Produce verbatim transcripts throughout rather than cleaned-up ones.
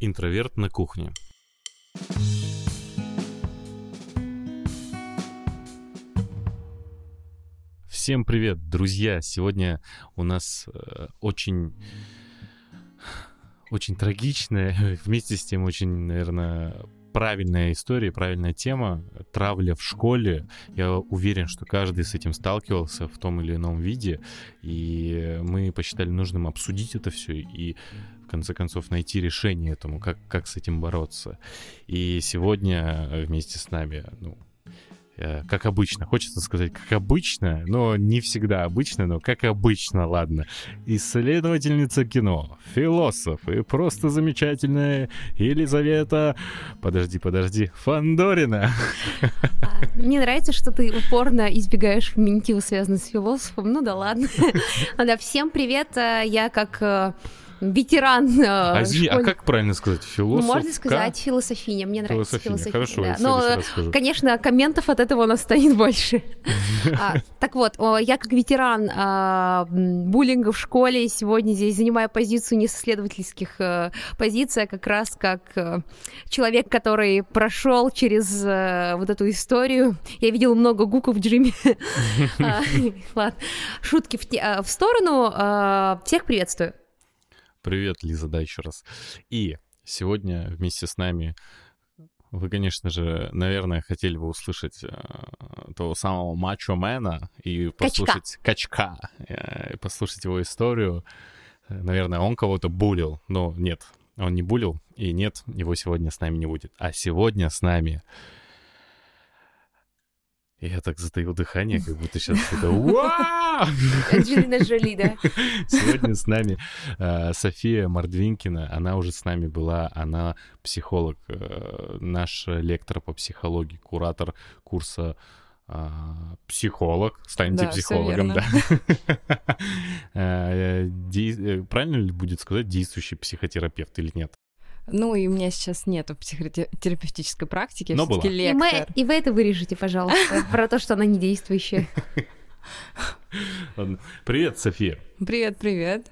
Интроверт на кухне. Всем привет, друзья! Сегодня у нас э, очень, очень трагичная, вместе с тем очень, наверное, правильная история, правильная тема. Травля в школе. Я уверен, что каждый с этим сталкивался в том или ином виде. И мы посчитали нужным обсудить это все и, в конце концов, найти решение этому, как, как с этим бороться. И сегодня вместе с нами, ну, как обычно, хочется сказать, как обычно, но не всегда обычно, но как обычно, ладно. Исследовательница кино, философ и просто замечательная Елизавета, подожди, подожди, Фандорина. Мне нравится, что ты упорно избегаешь феминитива, связанного с философом, ну да ладно. Да, всем привет, я как... ветеран э, а, извини, а как правильно сказать? Философ? Ну, можно сказать философиня. Мне нравится философиня. Хорошо, да. я Но, конечно, комментов от этого у нас станет больше. а, так вот, я как ветеран а, буллинга в школе сегодня здесь занимаю позицию не с исследовательских а, позиций, а как раз как а, человек, который прошел через а, вот эту историю. Я видела много гуков в джиме. Ладно, шутки в сторону. Всех приветствую. Привет, Лиза, да, еще раз. И сегодня вместе с нами вы, конечно же, наверное, хотели бы услышать э, того самого мачо-мена и послушать качка, э, и послушать его историю. Наверное, он кого-то булил, но нет, он не булил, и нет, его сегодня с нами не будет. А сегодня с нами... Я так затаил дыхание, как будто сейчас это... Анджелина Джоли, да. Сегодня с нами э, София Мордвинкина. Она уже с нами была. Она психолог, э, наш лектор по психологии, куратор курса э, психолог. Станьте да, психологом, да. Правильно ли будет сказать действующий психотерапевт или нет? Ну, и у меня сейчас нету психотерапевтической практики, но всё-таки была. И, мы, и вы это вырежете, пожалуйста, про то, что она не действующая. Ладно. Привет, София. Привет, привет.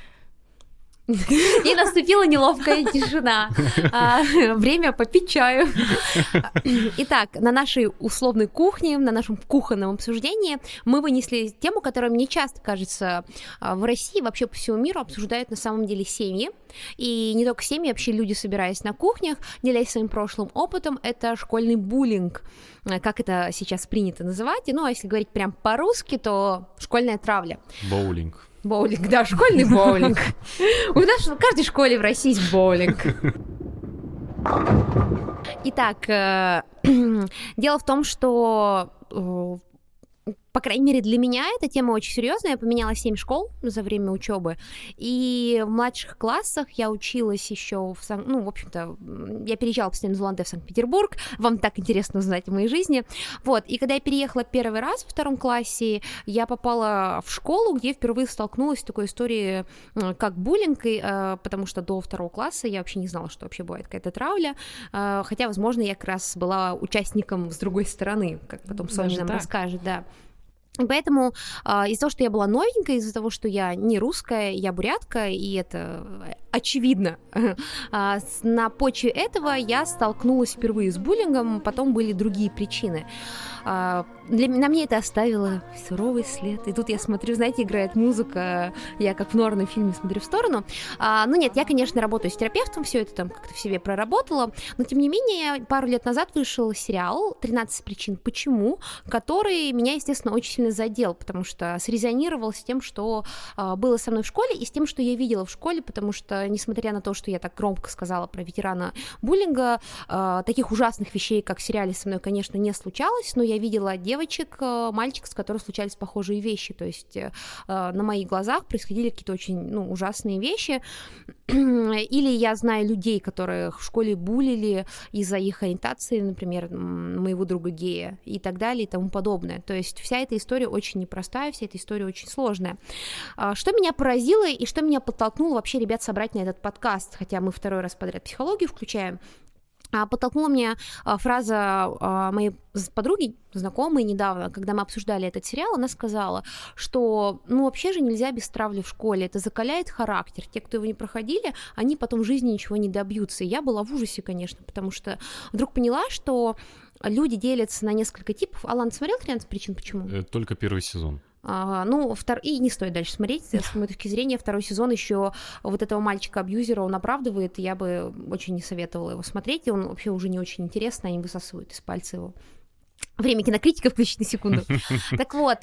И наступила неловкая тишина. А, время попить чаю. Итак, на нашей условной кухне, на нашем кухонном обсуждении мы вынесли тему, которая мне часто кажется в России, вообще по всему миру обсуждают на самом деле семьи. И не только семьи, вообще люди, собираясь на кухнях, делясь своим прошлым опытом, это школьный буллинг, как это сейчас принято называть. Ну, а если говорить прям по-русски, то школьная травля. Боулинг. Боулинг, да, школьный боулинг. У нас в каждой школе в России есть боулинг. Итак, дело в том, что, по крайней мере, для меня эта тема очень серьезная. Я поменяла семь школ за время учебы, и в младших классах я училась еще в Сан... ну, в общем-то, я переезжала постоянно из Улан-Удэ в Санкт-Петербург. Вам так интересно узнать о моей жизни. Вот, и когда я переехала первый раз в втором классе, я попала в школу, где впервые столкнулась с такой историей, как буллинг, потому что до второго класса я вообще не знала, что вообще бывает какая-то травля, хотя, возможно, я как раз была участником с другой стороны, как потом Соня нам расскажет, да. Поэтому э, из-за того, что я была новенькая, из-за того, что я не русская, я бурятка, и это очевидно, э, на почве этого я столкнулась впервые с буллингом, потом были другие причины. Э, для, на мне это оставило суровый след. И тут я смотрю, знаете, играет музыка, я как в норном фильме смотрю в сторону. Э, ну нет, я, конечно, работаю с терапевтом, все это там как-то в себе проработала, но тем не менее, пару лет назад вышел сериал «тринадцать причин почему», который меня, естественно, очень сильно задел, потому что срезонировал с тем, что э, было со мной в школе, и с тем, что я видела в школе, потому что, несмотря на то, что я так громко сказала про ветерана буллинга, э, таких ужасных вещей, как в сериале, со мной, конечно, не случалось, но я видела девочек, э, мальчиков, с которыми случались похожие вещи, то есть э, на моих глазах происходили какие-то очень, ну, ужасные вещи, или я знаю людей, которых в школе буллили из-за их ориентации, например, моего друга гея, и так далее, и тому подобное, то есть вся эта история очень непростая, вся эта история очень сложная. Что меня поразило и что меня подтолкнуло вообще, ребят, собрать на этот подкаст, хотя мы второй раз подряд психологию включаем, подтолкнула меня фраза моей подруги, знакомой недавно, когда мы обсуждали этот сериал, она сказала, что ну вообще же нельзя без травли в школе, это закаляет характер. Те, кто его не проходили, они потом в жизни ничего не добьются. И я была в ужасе, конечно, потому что вдруг поняла, что люди делятся на несколько типов. Алан, смотрел тринадцать причин почему? Только первый сезон. А, ну, втор... и не стоит дальше смотреть, с моей точки зрения, второй сезон еще вот этого мальчика-абьюзера он оправдывает, я бы очень не советовала его смотреть, и он вообще уже не очень интересный, они высасывают из пальца его. Время кинокритика включить на секунду. Так вот,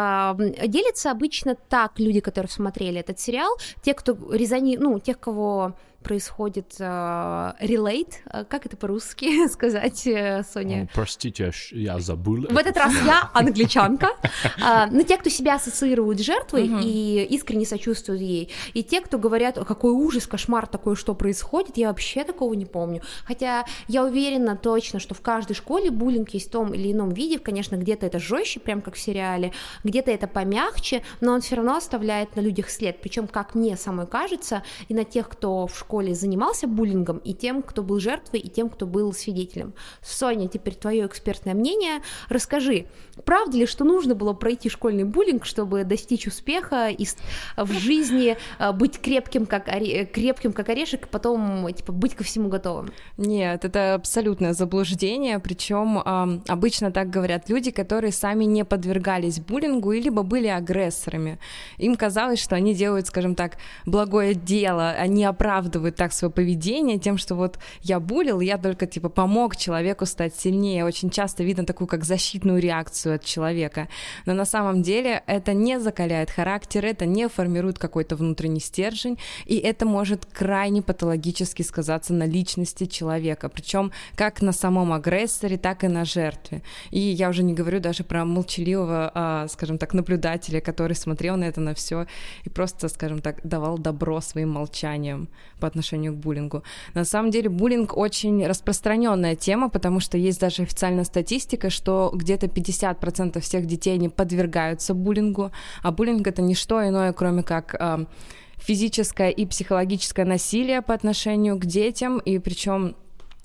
делятся обычно так люди, которые смотрели этот сериал, те, кто резонирует, ну, тех, кого происходит relate, uh, как это по-русски сказать, Соня? Oh, простите, я забыла. В этот раз я англичанка. uh, но те, кто себя ассоциируют с жертвой uh-huh. и искренне сочувствуют ей, и те, кто говорят, какой ужас, кошмар такой, что происходит, я вообще такого не помню. Хотя я уверена точно, что в каждой школе буллинг есть в том или ином виде, конечно, где-то это жестче, прям как в сериале, где-то это помягче, но он все равно оставляет на людях след, причем, как мне самой кажется, и на тех, кто в школе занимался буллингом, и тем, кто был жертвой, и тем, кто был свидетелем. Соня, теперь твое экспертное мнение. Расскажи, правда ли, что нужно было пройти школьный буллинг, чтобы достичь успеха и в жизни быть крепким, как, оре... крепким, как орешек, и потом типа, быть ко всему готовым? Нет, это абсолютное заблуждение, причем э, обычно так говорят люди, которые сами не подвергались буллингу, либо были агрессорами. Им казалось, что они делают, скажем так, благое дело, они оправдывают так свое поведение тем, что вот я буллил, я только типа помог человеку стать сильнее. Очень часто видно такую как защитную реакцию от человека. Но на самом деле это не закаляет характер, это не формирует какой-то внутренний стержень, и это может крайне патологически сказаться на личности человека, причем как на самом агрессоре, так и на жертве. И я уже не говорю даже про молчаливого, а, скажем так, наблюдателя, который смотрел на это на все и просто, скажем так, давал добро своим молчанием по отношению к буллингу. На самом деле буллинг очень распространенная тема, потому что есть даже официальная статистика, что где-то пятьдесят процентов всех детей не подвергаются буллингу, а буллинг — это не что иное, кроме как э, физическое и психологическое насилие по отношению к детям, и причем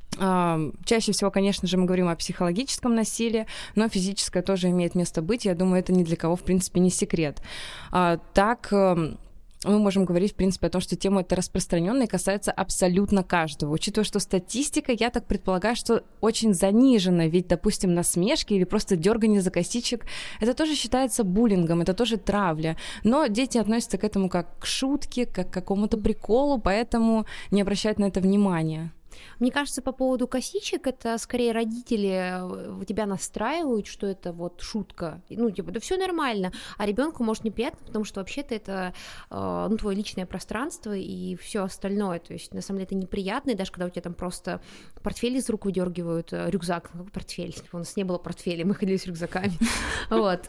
Uh, чаще всего, конечно же, мы говорим о психологическом насилии, но физическое тоже имеет место быть. Я думаю, это ни для кого, в принципе, не секрет. Uh, так... Uh, мы можем говорить, в принципе, о том, что тема эта распространенная и касается абсолютно каждого. Учитывая, что статистика, я так предполагаю, что очень занижена, ведь, допустим, насмешки или просто дергание за косичек, это тоже считается буллингом, это тоже травля. Но дети относятся к этому как к шутке, как к какому-то приколу, поэтому не обращают на это внимания. Мне кажется, по поводу косичек, это скорее родители тебя настраивают, что это вот шутка, ну, типа, да все нормально, а ребенку может неприятно, потому что вообще-то это, ну, твое личное пространство и все остальное, то есть, на самом деле, это неприятно, и даже когда у тебя там просто портфель из рук выдергивают, рюкзак, какой портфель, у нас не было портфеля, мы ходили с рюкзаками, вот.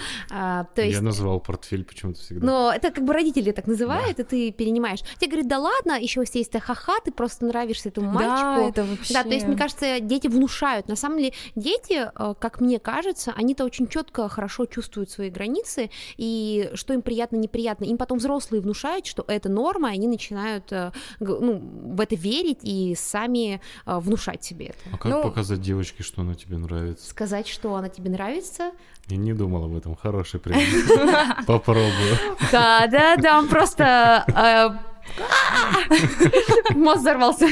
Я называл портфель почему-то всегда. Но это как бы родители так называют, и ты перенимаешь. Тебе говорят, да ладно, еще есть ха-ха, ты просто нравишься этому мальчику. Да, это вообще... Да, то есть, мне кажется, дети внушают. На самом деле, дети, как мне кажется, они-то очень четко, хорошо чувствуют свои границы, и что им приятно, неприятно. Им потом взрослые внушают, что это норма, и они начинают, ну, в это верить и сами внушать себе это. А как ну, показать девочке, что она тебе нравится? Сказать, что она тебе нравится? Я не думал об этом. Хороший пример. Попробую. Да, да, да, он просто... Мозг взорвался.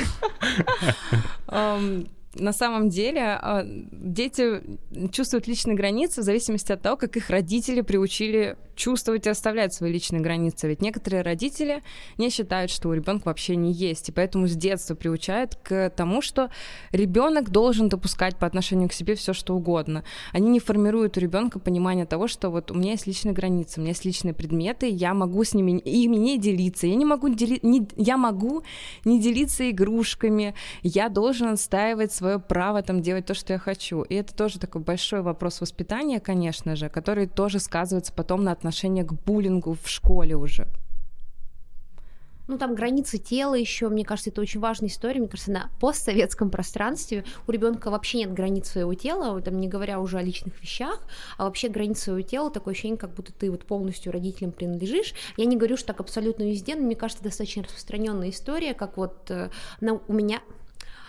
Um, на самом деле дети чувствуют личные границы в зависимости от того, как их родители приучили чувствовать и оставлять свои личные границы. Ведь некоторые родители не считают, что у ребенка вообще не есть, и поэтому с детства приучают к тому, что ребенок должен допускать по отношению к себе все, что угодно. Они не формируют у ребенка понимание того, что вот у меня есть личные границы, у меня есть личные предметы, я могу с ними ими не делиться, я не могу дели... не... я могу не делиться игрушками, я должен отстаивать свое право там делать то, что я хочу. И это тоже такой большой вопрос воспитания, конечно же, который тоже сказывается потом на отношениях отношение к буллингу в школе уже. Ну, там границы тела еще, мне кажется, это очень важная история. Мне кажется, на постсоветском пространстве у ребенка вообще нет границ своего тела, там, не говоря уже о личных вещах, а вообще границ своего тела, такое ощущение, как будто ты вот полностью родителям принадлежишь. Я не говорю, что так абсолютно везде, но мне кажется, достаточно распространенная история, как вот э, на, у меня...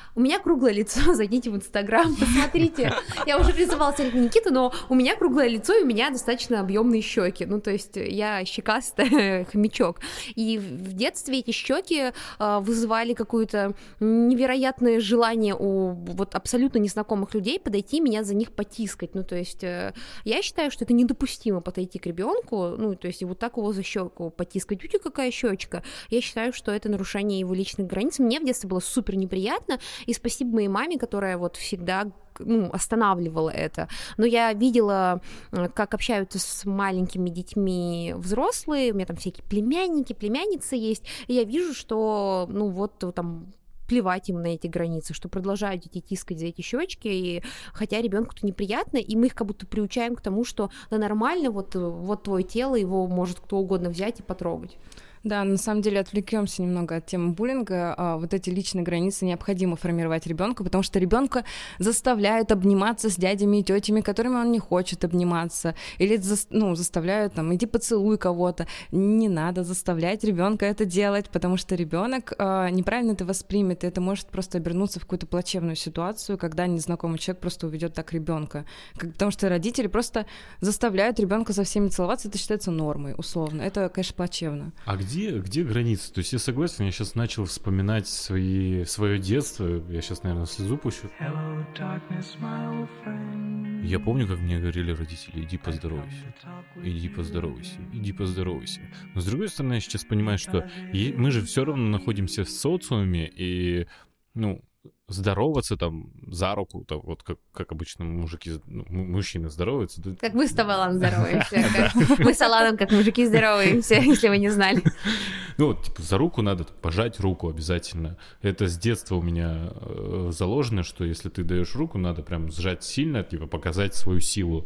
У меня круглое лицо, зайдите в Инстаграм, посмотрите. Я уже призывала Сергея Никиту, но у меня круглое лицо, и у меня достаточно объемные щеки. Ну, то есть я щекастая хомячок. И в детстве эти щеки э, вызывали какое-то невероятное желание у вот абсолютно незнакомых людей подойти и меня за них потискать. Ну, то есть э, я считаю, что это недопустимо подойти к ребенку, ну, то есть и вот так его за щеку потискать. Ути, какая щечка. Я считаю, что это нарушение его личных границ. Мне в детстве было супер неприятно. И спасибо моей маме, которая вот всегда, ну, останавливала это. Но я видела, как общаются с маленькими детьми взрослые, у меня там всякие племянники, племянницы есть, и я вижу, что, ну, вот там плевать им на эти границы, что продолжают дети тискать за эти щечки, и хотя ребенку-то неприятно, и мы их как будто приучаем к тому, что да нормально, вот, вот твое тело, его может кто угодно взять и потрогать. Да, на самом деле отвлекемся немного от темы буллинга. А, вот эти личные границы необходимо формировать ребенку, потому что ребенка заставляют обниматься с дядями и тетями, которыми он не хочет обниматься, или ну, заставляют там иди поцелуй кого-то. Не надо заставлять ребенка это делать, потому что ребенок а, неправильно это воспримет, и это может просто обернуться в какую-то плачевную ситуацию, когда незнакомый человек просто уведет так ребенка, потому что родители просто заставляют ребенка со всеми целоваться, это считается нормой, условно. Это, конечно, плачевно. А где Где, где границы? То есть я согласен, я сейчас начал вспоминать свои, свое детство, я сейчас, наверное, слезу пущу. Hello, darkness, my old friend. Я помню, как мне говорили родители, иди поздоровайся, иди поздоровайся, иди поздоровайся. Но с другой стороны, я сейчас понимаю, что мы же все равно находимся в социуме, и, ну, здороваться там за руку, там, вот как, как обычно мужики, ну, мужчины здороваются. Да? Как мы с тобой, Алан, здороваемся. Мы с Аланом, как мужики, здороваемся, если вы не знали. Ну вот, типа, за руку надо пожать руку обязательно. Это с детства у меня э, заложено, что если ты даешь руку, надо прям сжать сильно, типа, показать свою силу.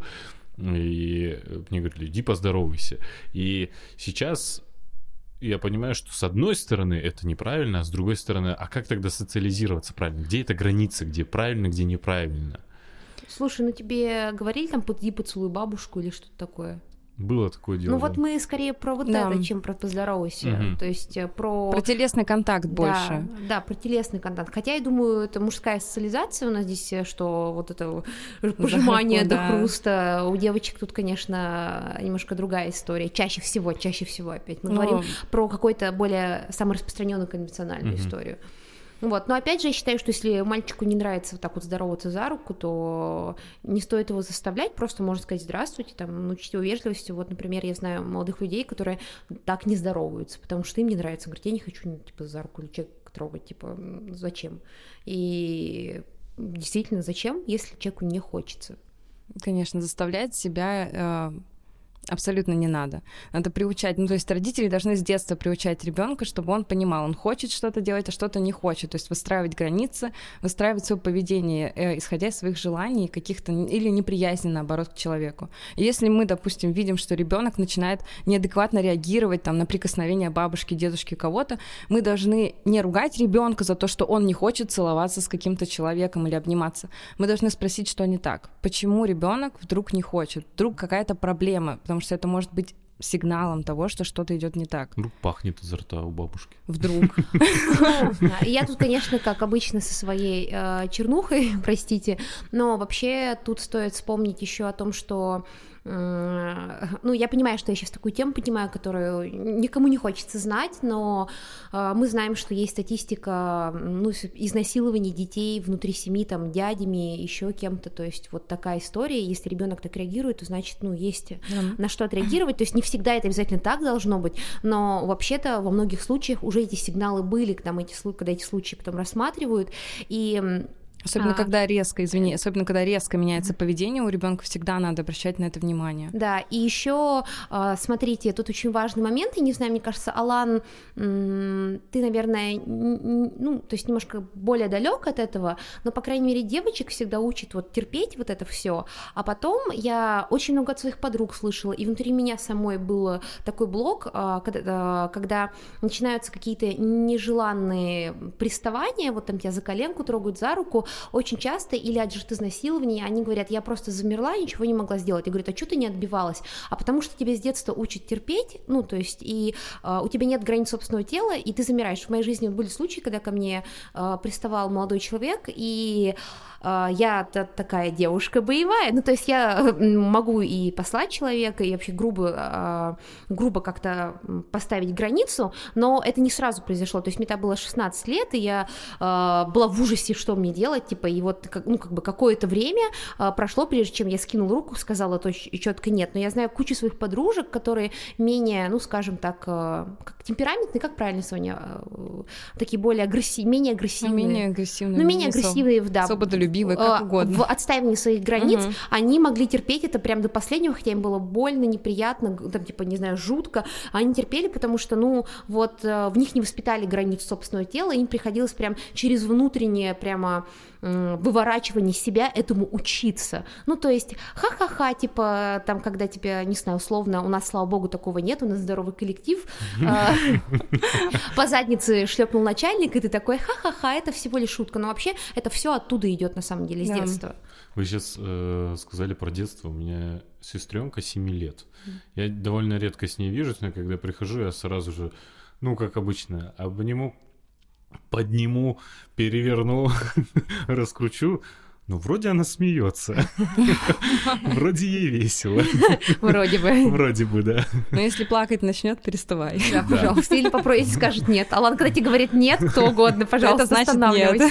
И мне говорили, иди поздоровайся. И сейчас я понимаю, что с одной стороны это неправильно, а с другой стороны, а как тогда социализироваться правильно? Где эта граница, где правильно, где неправильно? Слушай, ну тебе говорили там «иди поцелуй бабушку» или что-то такое? Было такое дело. Ну вот мы скорее про вот да. это, чем про поздоровайся. Угу. То есть про... Про телесный контакт да, больше. Да, про телесный контакт. Хотя я думаю, это мужская социализация у нас здесь, что вот это пожимание до да. хруста. У девочек тут, конечно, немножко другая история. Чаще всего, чаще всего опять. Мы Но... говорим про какую-то более самораспространенную конвенциональную угу. историю. Вот. Но опять же, я считаю, что если мальчику не нравится вот так вот здороваться за руку, то не стоит его заставлять, просто можно сказать «здравствуйте», там, научить его вежливости. Вот, например, я знаю молодых людей, которые так не здороваются, потому что им не нравится. Говорят, я не хочу, типа, за руку человека трогать, типа, зачем? И действительно, зачем, если человеку не хочется? Конечно, заставлять себя... Э... Абсолютно не надо. Надо приучать, ну, то есть родители должны с детства приучать ребенка, чтобы он понимал, он хочет что-то делать, а что-то не хочет. То есть выстраивать границы, выстраивать свое поведение, э, исходя из своих желаний каких-то или неприязни, наоборот, к человеку. И если мы, допустим, видим, что ребенок начинает неадекватно реагировать там, на прикосновение бабушки, дедушки, кого-то, мы должны не ругать ребенка за то, что он не хочет целоваться с каким-то человеком или обниматься. Мы должны спросить, что не так. Почему ребенок вдруг не хочет? Вдруг какая-то проблема? Потому что это может быть сигналом того, что что-то идет не так. Вдруг пахнет изо рта у бабушки. Вдруг. Я тут, конечно, как обычно, со своей чернухой, простите, но вообще тут стоит вспомнить еще о том, что ну, я понимаю, что я сейчас такую тему поднимаю, которую никому не хочется знать, но э, мы знаем, что есть статистика ну, изнасилований детей внутри семьи, там, дядями, еще кем-то, то есть вот такая история, если ребенок так реагирует, то значит, ну, есть mm. на что отреагировать, то есть не всегда это обязательно так должно быть, но вообще-то во многих случаях уже эти сигналы были, когда, эти, когда эти случаи потом рассматривают, и... Особенно а... когда резко, извини, особенно когда резко меняется mm-hmm. поведение, у ребенка всегда надо обращать на это внимание. Да, и еще, смотрите, тут очень важный момент, и не знаю, мне кажется, Алан, ты, наверное, ну, то есть немножко более далек от этого, но, по крайней мере, девочек всегда учат вот терпеть вот это все, а потом я очень много от своих подруг слышала, и внутри меня самой был такой блок, когда, когда начинаются какие-то нежеланные приставания, вот там тебя за коленку трогают, за руку, очень часто или от жертв изнасилования они говорят, я просто замерла, ничего не могла сделать. И говорят, а что ты не отбивалась? А потому что тебя с детства учат терпеть, ну, то есть, и э, у тебя нет границ собственного тела, и ты замираешь. В моей жизни вот были случаи, когда ко мне э, приставал молодой человек, и э, я такая девушка боевая, ну, то есть я могу и послать человека, и вообще грубо, э, грубо как-то поставить границу, но это не сразу произошло, то есть мне тогда было шестнадцать лет, и я э, была в ужасе, что мне делать, типа, и вот, как, ну, как бы какое-то время э, прошло, прежде чем я скинула руку, сказала то четко нет, но я знаю кучу своих подружек, которые менее, ну, скажем так, э, как темпераментные, как правильно, Соня, э, такие более агрессивные, менее агрессивные. Менее агрессивные. Ну, менее агрессивные, да. Свободолюбивые, как э, угодно. В отстаивании своих границ, угу. они могли терпеть это прям до последнего, хотя им было больно, неприятно, там, типа, не знаю, жутко, они терпели, потому что, ну, вот, э, в них не воспитали границу собственного тела, им приходилось прям через внутреннее прямо э, выворачивание себя этому учиться. Ну, то есть, ха-ха-ха, типа, там, когда тебя, не знаю, условно, у нас, слава богу, такого нет, у нас здоровый коллектив, по заднице шлепнул начальник, и ты такой, ха-ха-ха, это всего лишь шутка, но вообще это все оттуда идет на самом деле, с детства. Вы сейчас э, сказали про детство. У меня сестренка семи лет. Я довольно редко с ней вижусь, но когда прихожу, я сразу же, ну, как обычно, обниму, подниму, переверну, раскручу. Ну, вроде она смеется. Вроде ей весело. Вроде бы. Вроде бы, да. Но если плакать начнет, переставай. Да, пожалуйста. Или попросите, скажет нет. А ладно, когда тебе говорит нет, кто угодно, пожалуйста, это значит нет.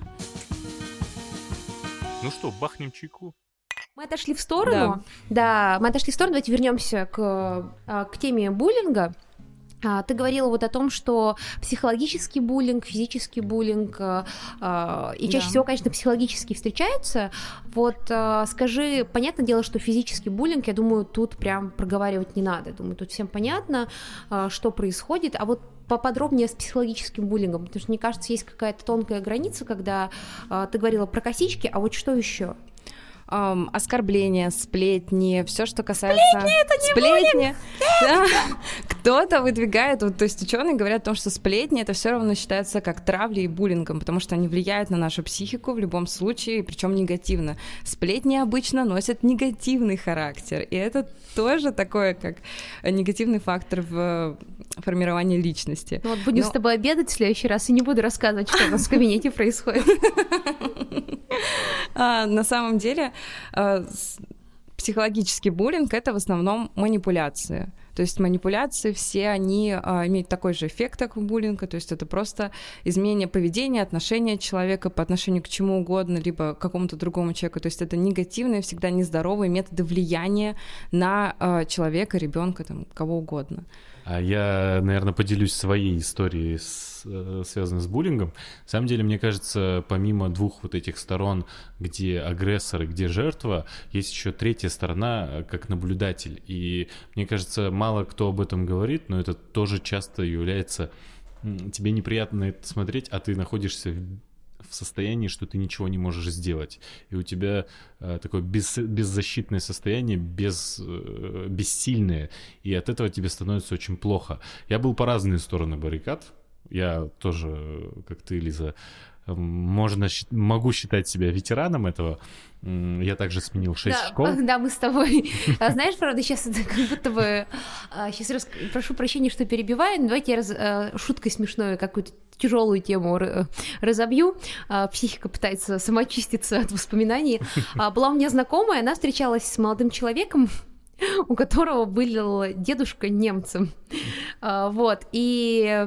Ну что, бахнем чайку? Мы отошли в сторону. Да. да, мы отошли в сторону. Давайте вернемся к, к теме буллинга. Ты говорила вот о том, что психологический буллинг, физический буллинг, и чаще да. всего, конечно, психологические встречаются. Вот скажи, понятное дело, что физический буллинг, я думаю, тут прям проговаривать не надо. Я думаю, тут всем понятно, что происходит. А вот поподробнее с психологическим буллингом, потому что, мне кажется, есть какая-то тонкая граница, когда ты говорила про косички, а вот что еще? Um, оскорбления, сплетни, все, что касается... Сплетни, это не сплетни. Да. Кто-то выдвигает, вот, то есть ученые говорят о том, что сплетни это все равно считается как травлей и буллингом, потому что они влияют на нашу психику в любом случае, причем негативно. Сплетни обычно носят негативный характер, и это тоже такое, как негативный фактор в формировании личности. Ну вот будем Но... с тобой обедать в следующий раз, и не буду рассказывать, что у нас в кабинете происходит. А, на самом деле а, психологический буллинг — это в основном манипуляции. То есть манипуляции все, они а, имеют такой же эффект, как у буллинга, то есть это просто изменение поведения, отношения человека по отношению к чему угодно, либо к какому-то другому человеку. То есть это негативные, всегда нездоровые методы влияния на а, человека, ребенка, там, кого угодно. А я, наверное, поделюсь своей историей, с, связанной с буллингом. На самом деле, мне кажется, помимо двух вот этих сторон, где агрессор и где жертва, есть еще третья сторона, как наблюдатель. И мне кажется, мало кто об этом говорит, но это тоже часто является... Тебе неприятно это смотреть, а ты находишься в в состоянии, что ты ничего не можешь сделать. И у тебя э, такое без, беззащитное состояние, без, э, бессильное. И от этого тебе становится очень плохо. Я был по разные стороны баррикад. Я тоже, как ты, Лиза, можно, могу считать себя ветераном этого. Я также сменил шесть да, школ. Да, мы с тобой. Знаешь, правда, сейчас это как будто бы... Сейчас рас... прошу прощения, что перебиваю, но давайте я раз... шуткой смешной какую-то тяжелую тему разобью. Психика пытается самоочиститься от воспоминаний. Была у меня знакомая, она встречалась с молодым человеком, у которого был дедушка немцем. Вот, и...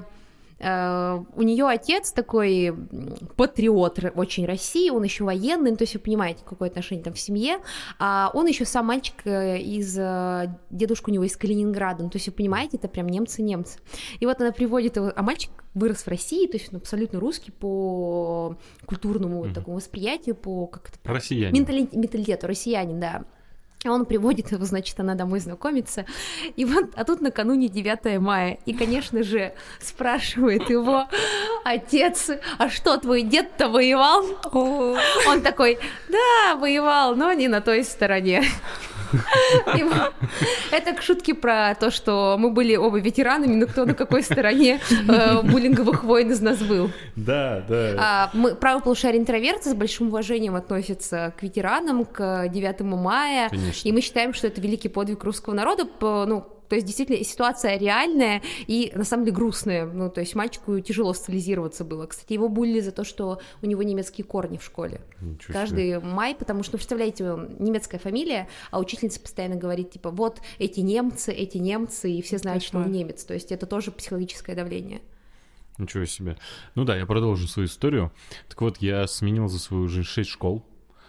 Uh, у нее отец такой патриот очень России, он еще военный, ну, то есть вы понимаете, какое отношение там в семье, а он еще сам мальчик из, дедушка у него из Калининграда, ну, то есть вы понимаете, это прям немцы-немцы. И вот она приводит его, а мальчик вырос в России, то есть он абсолютно русский по культурному mm-hmm. такому восприятию, по как это, россиянин. Менталитету, менталитету, россиянин, да. Он приводит его, значит, она домой знакомится, и вот, а тут накануне девятое мая, и, конечно же, спрашивает его отец, а что, твой дед-то воевал? Он такой, да, воевал, но не на той стороне. Это к шутке про то, что мы были оба ветеранами, но кто на какой стороне буллинговых войн из нас был. Да, да. Мы, правый полушарий интроверты, с большим уважением относятся к ветеранам, к девятому мая, Конечно. И мы считаем, что это великий подвиг русского народа, ну, то есть действительно ситуация реальная и на самом деле грустная, ну, то есть мальчику тяжело социализироваться было. Кстати, его булили за то, что у него немецкие корни в школе. Ничего Каждый себе. май, потому что, представляете, немецкая фамилия, а учительница постоянно говорит, типа, вот эти немцы, эти немцы, и все знают, что он немец, то есть это тоже психологическое давление. Ничего себе. Ну да, я продолжу свою историю. Так вот, я сменил за свою жизнь шесть школ.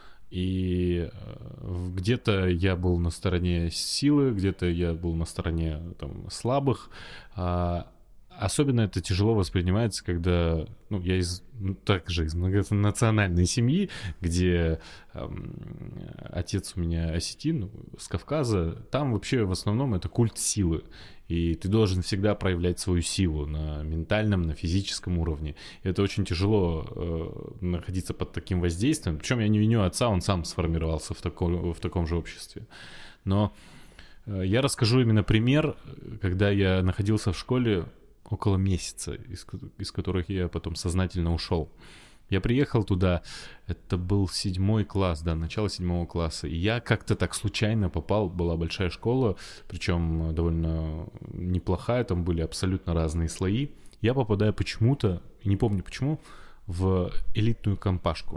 И где-то я был на стороне силы, где-то я был на стороне там, слабых. А особенно это тяжело воспринимается, когда ну, я из, ну, также из многонациональной семьи, где эм, отец у меня осетин, с Кавказа. Там вообще в основном это культ силы. И ты должен всегда проявлять свою силу на ментальном, на физическом уровне. И это очень тяжело э, находиться под таким воздействием. Причем я не виню отца, он сам сформировался в таком, в таком же обществе. Но э, я расскажу именно пример, когда я находился в школе около месяца, из, из которых я потом сознательно ушел. Я приехал туда, это был седьмой класс, да, начало седьмого класса, и я как-то так случайно попал, была большая школа, причем довольно неплохая, там были абсолютно разные слои. Я попадаю почему-то, не помню почему, в элитную компашку.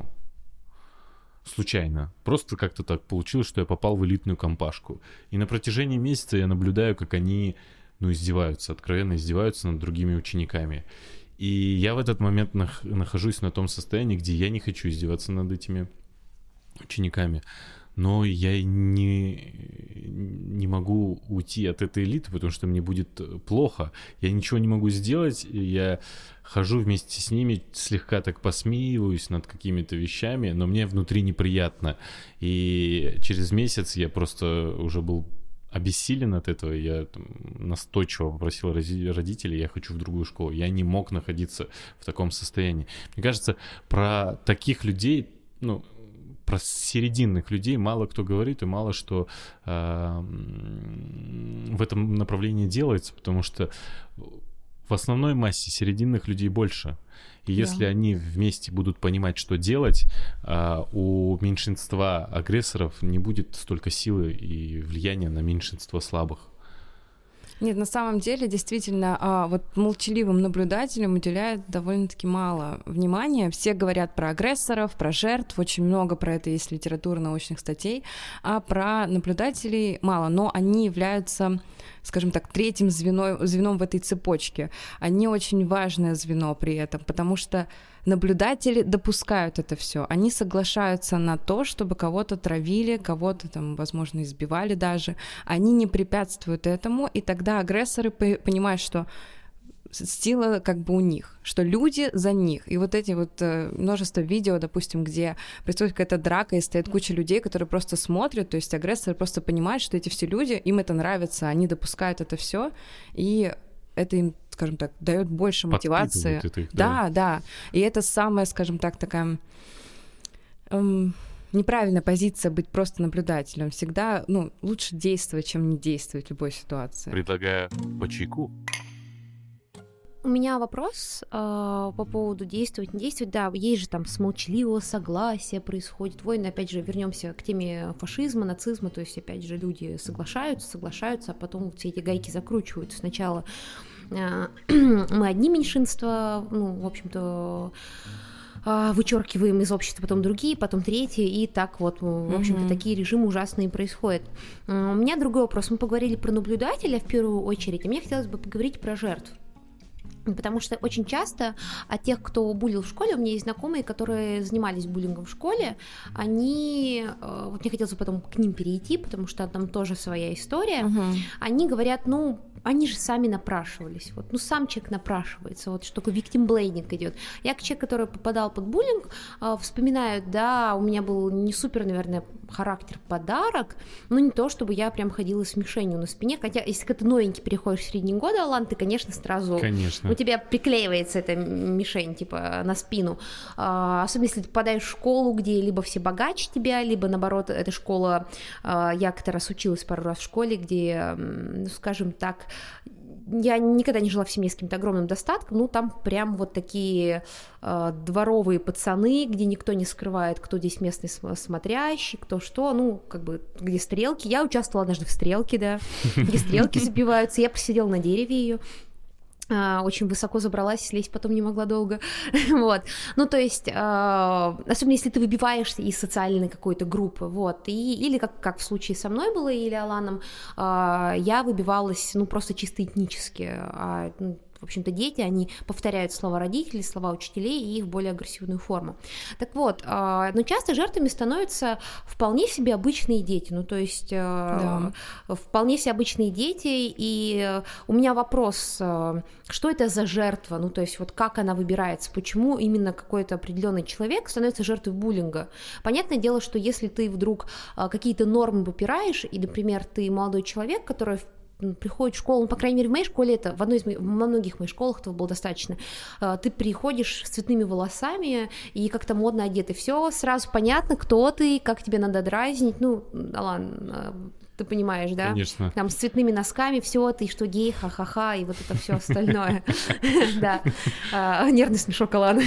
Случайно. Просто как-то так получилось, что я попал в элитную компашку. И на протяжении месяца я наблюдаю, как они, ну, издеваются, откровенно издеваются над другими учениками. И я в этот момент нах- нахожусь на том состоянии, где я не хочу издеваться над этими учениками, но я не, не могу уйти от этой элиты, потому что мне будет плохо. Я ничего не могу сделать, я хожу вместе с ними, слегка так посмеиваюсь над какими-то вещами, но мне внутри неприятно. И через месяц я просто уже был обессилен от этого, я там, настойчиво попросил родителей, я хочу в другую школу. Я не мог находиться в таком состоянии. Мне кажется, про таких людей, ну, про серединных людей мало кто говорит, и мало что э, в этом направлении делается, потому что в основной массе серединных людей больше. И если да. они вместе будут понимать, что делать, у меньшинства агрессоров не будет столько силы и влияния на меньшинство слабых. Нет, на самом деле, действительно, вот молчаливым наблюдателям уделяют довольно-таки мало внимания. Все говорят про агрессоров, про жертв, очень много про это есть литература, научных статей, а про наблюдателей мало, но они являются, скажем так, третьим звеном, звеном в этой цепочке. Они очень важное звено при этом, потому что наблюдатели допускают это все, они соглашаются на то, чтобы кого-то травили, кого-то там, возможно, избивали даже, они не препятствуют этому, и тогда агрессоры понимают, что сила как бы у них, что люди за них. И вот эти вот э, множество видео, допустим, где происходит какая-то драка, и стоит куча людей, которые просто смотрят, то есть агрессоры просто понимают, что эти все люди, им это нравится, они допускают это все, и это им, скажем так, дает больше мотивации. Их, да. да, да. И это самая, скажем так, такая эм, неправильная позиция быть просто наблюдателем. Всегда, ну, лучше действовать, чем не действовать в любой ситуации. Предлагаю по чайку. У меня вопрос э, по поводу действовать, не действовать. Да, есть же там с молчаливого согласия происходит войны. Опять же, вернемся к теме фашизма, нацизма. То есть, опять же, люди соглашаются, соглашаются, а потом все эти гайки закручивают. Сначала э, мы одни меньшинства, ну, в общем-то, э, вычеркиваем из общества, потом другие, потом третьи, и так вот, в общем-то, mm-hmm. такие режимы ужасные происходят. Э, у меня другой вопрос. Мы поговорили про наблюдателя в первую очередь, а мне хотелось бы поговорить про жертв. Потому что очень часто от тех, кто булил в школе, у меня есть знакомые, которые занимались буллингом в школе, они, вот мне хотелось бы потом к ним перейти, потому что там тоже своя история, uh-huh. они говорят, ну, они же сами напрашивались. Вот, ну, сам человек напрашивается, вот что такое виктимблейдинг идет. Я, как человек, который попадал под буллинг, э, вспоминаю, да, у меня был не супер, наверное, характер подарок, но не то, чтобы я прям ходила с мишенью на спине, хотя если ты новенький переходишь в средние годы, Алан, ты, конечно, сразу... Конечно. У тебя приклеивается эта мишень, типа, на спину. А, особенно, если ты попадаешь в школу, где либо все богаче тебя, либо, наоборот, эта школа... А, я как-то раз училась пару раз в школе, где, ну, скажем так... Я никогда не жила в семье с каким-то огромным достатком, ну, там прям вот такие э, дворовые пацаны, где никто не скрывает, кто здесь местный смотрящий, кто что, ну, как бы, где стрелки. Я участвовала однажды в стрелке, да, где стрелки забиваются, я посидела на дереве ее. Очень высоко забралась, слезть потом не могла долго, вот, ну, то есть, э, особенно если ты выбиваешься из социальной какой-то группы, вот, и, или как, как в случае со мной было, или Аланом, э, я выбивалась, ну, просто чисто этнически, а, ну, в общем-то, дети, они повторяют слова родителей, слова учителей и их более агрессивную форму. Так вот, но часто жертвами становятся вполне себе обычные дети, ну, то есть да. вполне себе обычные дети, и у меня вопрос, что это за жертва, ну, то есть вот как она выбирается, почему именно какой-то определенный человек становится жертвой буллинга. Понятное дело, что если ты вдруг какие-то нормы попираешь, и, например, ты молодой человек, который приходит в школу, ну, по крайней мере, в моей школе, это в одной из моих, во многих моих школах этого было достаточно, ты приходишь с цветными волосами и как-то модно одет, и все сразу понятно, кто ты, как тебе надо дразнить, ну, Алан, ты понимаешь, да? Конечно. Там с цветными носками, все, ты что, гей, ха-ха-ха, и вот это все остальное. Да. Нервный смешок Алана.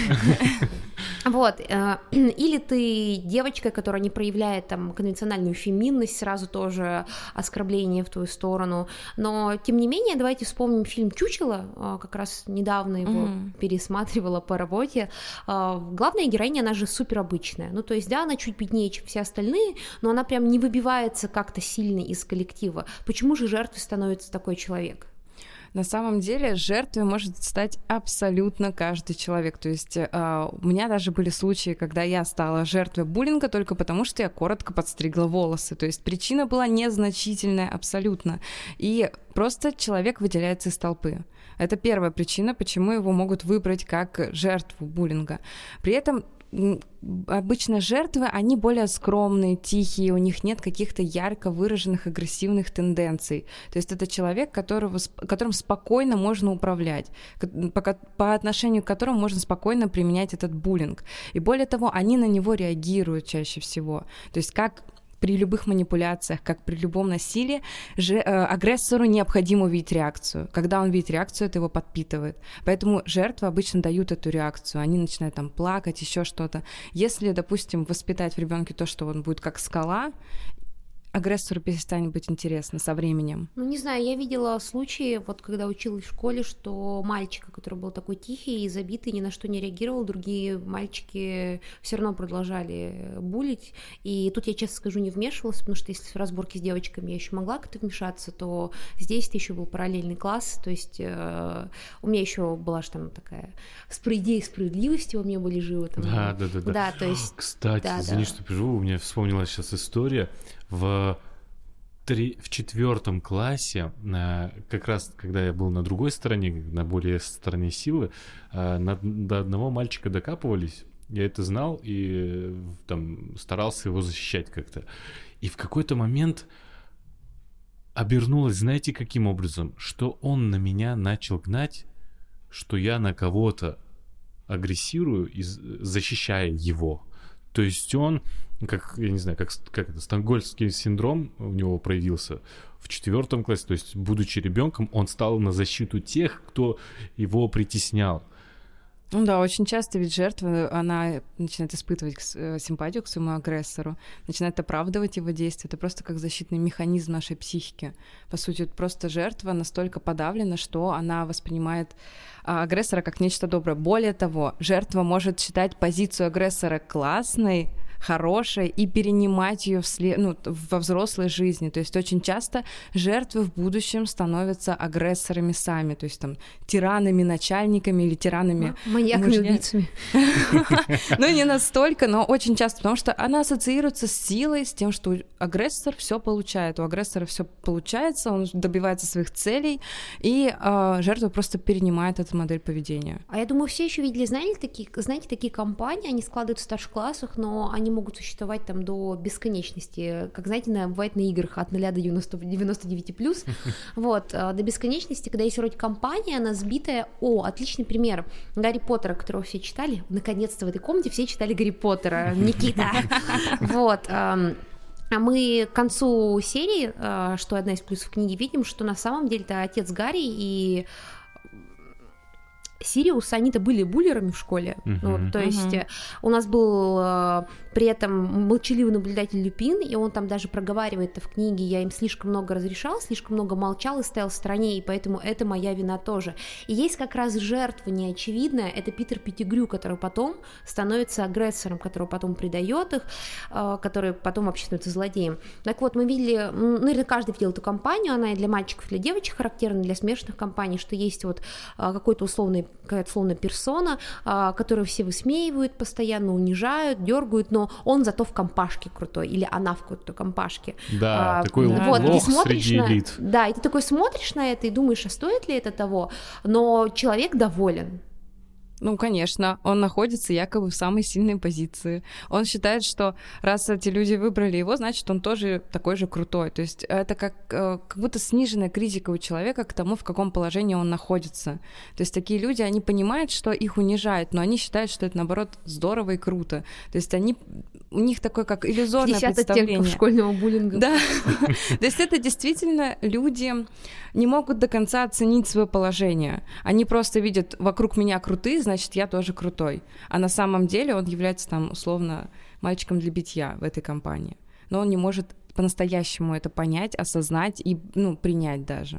Вот. Или ты девочка, которая не проявляет там конвенциональную феминность, сразу тоже оскорбление в твою сторону. Но, тем не менее, давайте вспомним фильм «Чучело», как раз недавно его mm-hmm. пересматривала по работе. Главная героиня, она же супер обычная. Ну, то есть, да, она чуть беднее, чем все остальные, но она прям не выбивается как-то сильно из коллектива. Почему же жертвой становится такой человек? На самом деле жертвой может стать абсолютно каждый человек. То есть э, у меня даже были случаи, когда я стала жертвой буллинга только потому, что я коротко подстригла волосы. То есть причина была незначительная абсолютно. И просто человек выделяется из толпы. Это первая причина, почему его могут выбрать как жертву буллинга. При этом обычно жертвы, они более скромные, тихие, у них нет каких-то ярко выраженных агрессивных тенденций. То есть это человек, которого, которым спокойно можно управлять, по, по отношению к которому можно спокойно применять этот буллинг. И более того, они на него реагируют чаще всего. То есть как при любых манипуляциях, как при любом насилии, же, э, агрессору необходимо увидеть реакцию. Когда он видит реакцию, это его подпитывает. Поэтому жертвы обычно дают эту реакцию. Они начинают там плакать, еще что-то. Если, допустим, воспитать в ребенке то, что он будет как скала, агрессору перестанет быть интересно со временем. Ну, не знаю, я видела случаи, вот когда училась в школе, что мальчика, который был такой тихий и забитый, ни на что не реагировал, другие мальчики все равно продолжали булить. И тут я, честно скажу, не вмешивалась, потому что если в разборке с девочками я еще могла как-то вмешаться, то здесь еще был параллельный класс, то есть э, у меня еще была же там такая идея справедливости, у меня были живы. Там, да, да, да, да. Да, то есть... Кстати, да, извини, да. что пишу, у меня вспомнилась сейчас история. В, три, в четвертом классе, как раз когда я был на другой стороне, на более стороне силы, на, до одного мальчика докапывались, я это знал и там старался его защищать как-то. И в какой-то момент обернулось, знаете, каким образом? Что он на меня начал гнать, что я на кого-то агрессирую, и защищая его. То есть он... как, я не знаю, как, как это, стокгольмский синдром у него проявился в четвертом классе, то есть, будучи ребенком, он стал на защиту тех, кто его притеснял. Ну да, очень часто ведь жертва, она начинает испытывать симпатию к своему агрессору, начинает оправдывать его действия. Это просто как защитный механизм нашей психики. По сути, просто жертва настолько подавлена, что она воспринимает агрессора как нечто доброе. Более того, жертва может считать позицию агрессора классной, хорошее и перенимать ее вслед, ну, во взрослой жизни. То есть очень часто жертвы в будущем становятся агрессорами сами, то есть там тиранами, начальниками или тиранами... Маньяками-убийцами. Ну, не настолько, но очень часто, потому что она ассоциируется с силой, с тем, что агрессор все получает, у агрессора все получается, он добивается своих целей, и э, жертва просто перенимает эту модель поведения. А я думаю, все еще видели, знаете, такие, знаете, такие компании, они складываются в старших классах, но они могут существовать там до бесконечности, как, знаете, на, бывает на играх от нуля до девяноста девяти плюс, вот, до бесконечности, когда есть вроде компания, она сбитая, о, отличный пример, Гарри Поттера, которого все читали, наконец-то в этой комнате все читали Гарри Поттера, Никита, вот, а мы к концу серии, что одна из плюсов книги, видим, что на самом деле-то отец Гарри и Сириус, они-то были буллерами в школе, uh-huh. вот, то есть uh-huh. у нас был э, при этом молчаливый наблюдатель Люпин, и он там даже проговаривает это в книге, я им слишком много разрешал, слишком много молчал и стоял в стороне, и поэтому это моя вина тоже. И есть как раз жертва неочевидная, это Питер Петтигрю, который потом становится агрессором, который потом предает их, э, который потом вообще становится злодеем. Так вот, мы видели, ну, наверное, каждый видел эту компанию, она и для мальчиков, и для девочек характерна, для смешанных компаний, что есть вот э, какой-то условный какая-то словно персона, а, которую все высмеивают, постоянно унижают, дергают, но он зато в компашке крутой, или она в какой-то компашке. Да, а, такой вот, лох смотришь среди на, элит. Да, и ты такой смотришь на это и думаешь, а стоит ли это того, но человек доволен. Ну, конечно, он находится якобы в самой сильной позиции. Он считает, что раз эти люди выбрали его, значит, он тоже такой же крутой. То есть это как, как будто сниженная критика у человека к тому, в каком положении он находится. То есть такие люди, они понимают, что их унижают, но они считают, что это, наоборот, здорово и круто. То есть они, у них такое как иллюзорное представление. оттенков школьного буллинга. Да. То есть это действительно люди не могут до конца оценить свое положение. Они просто видят, вокруг меня крутые, значит, я тоже крутой. А на самом деле он является там, условно, мальчиком для битья в этой компании. Но он не может по-настоящему это понять, осознать и, ну, принять даже.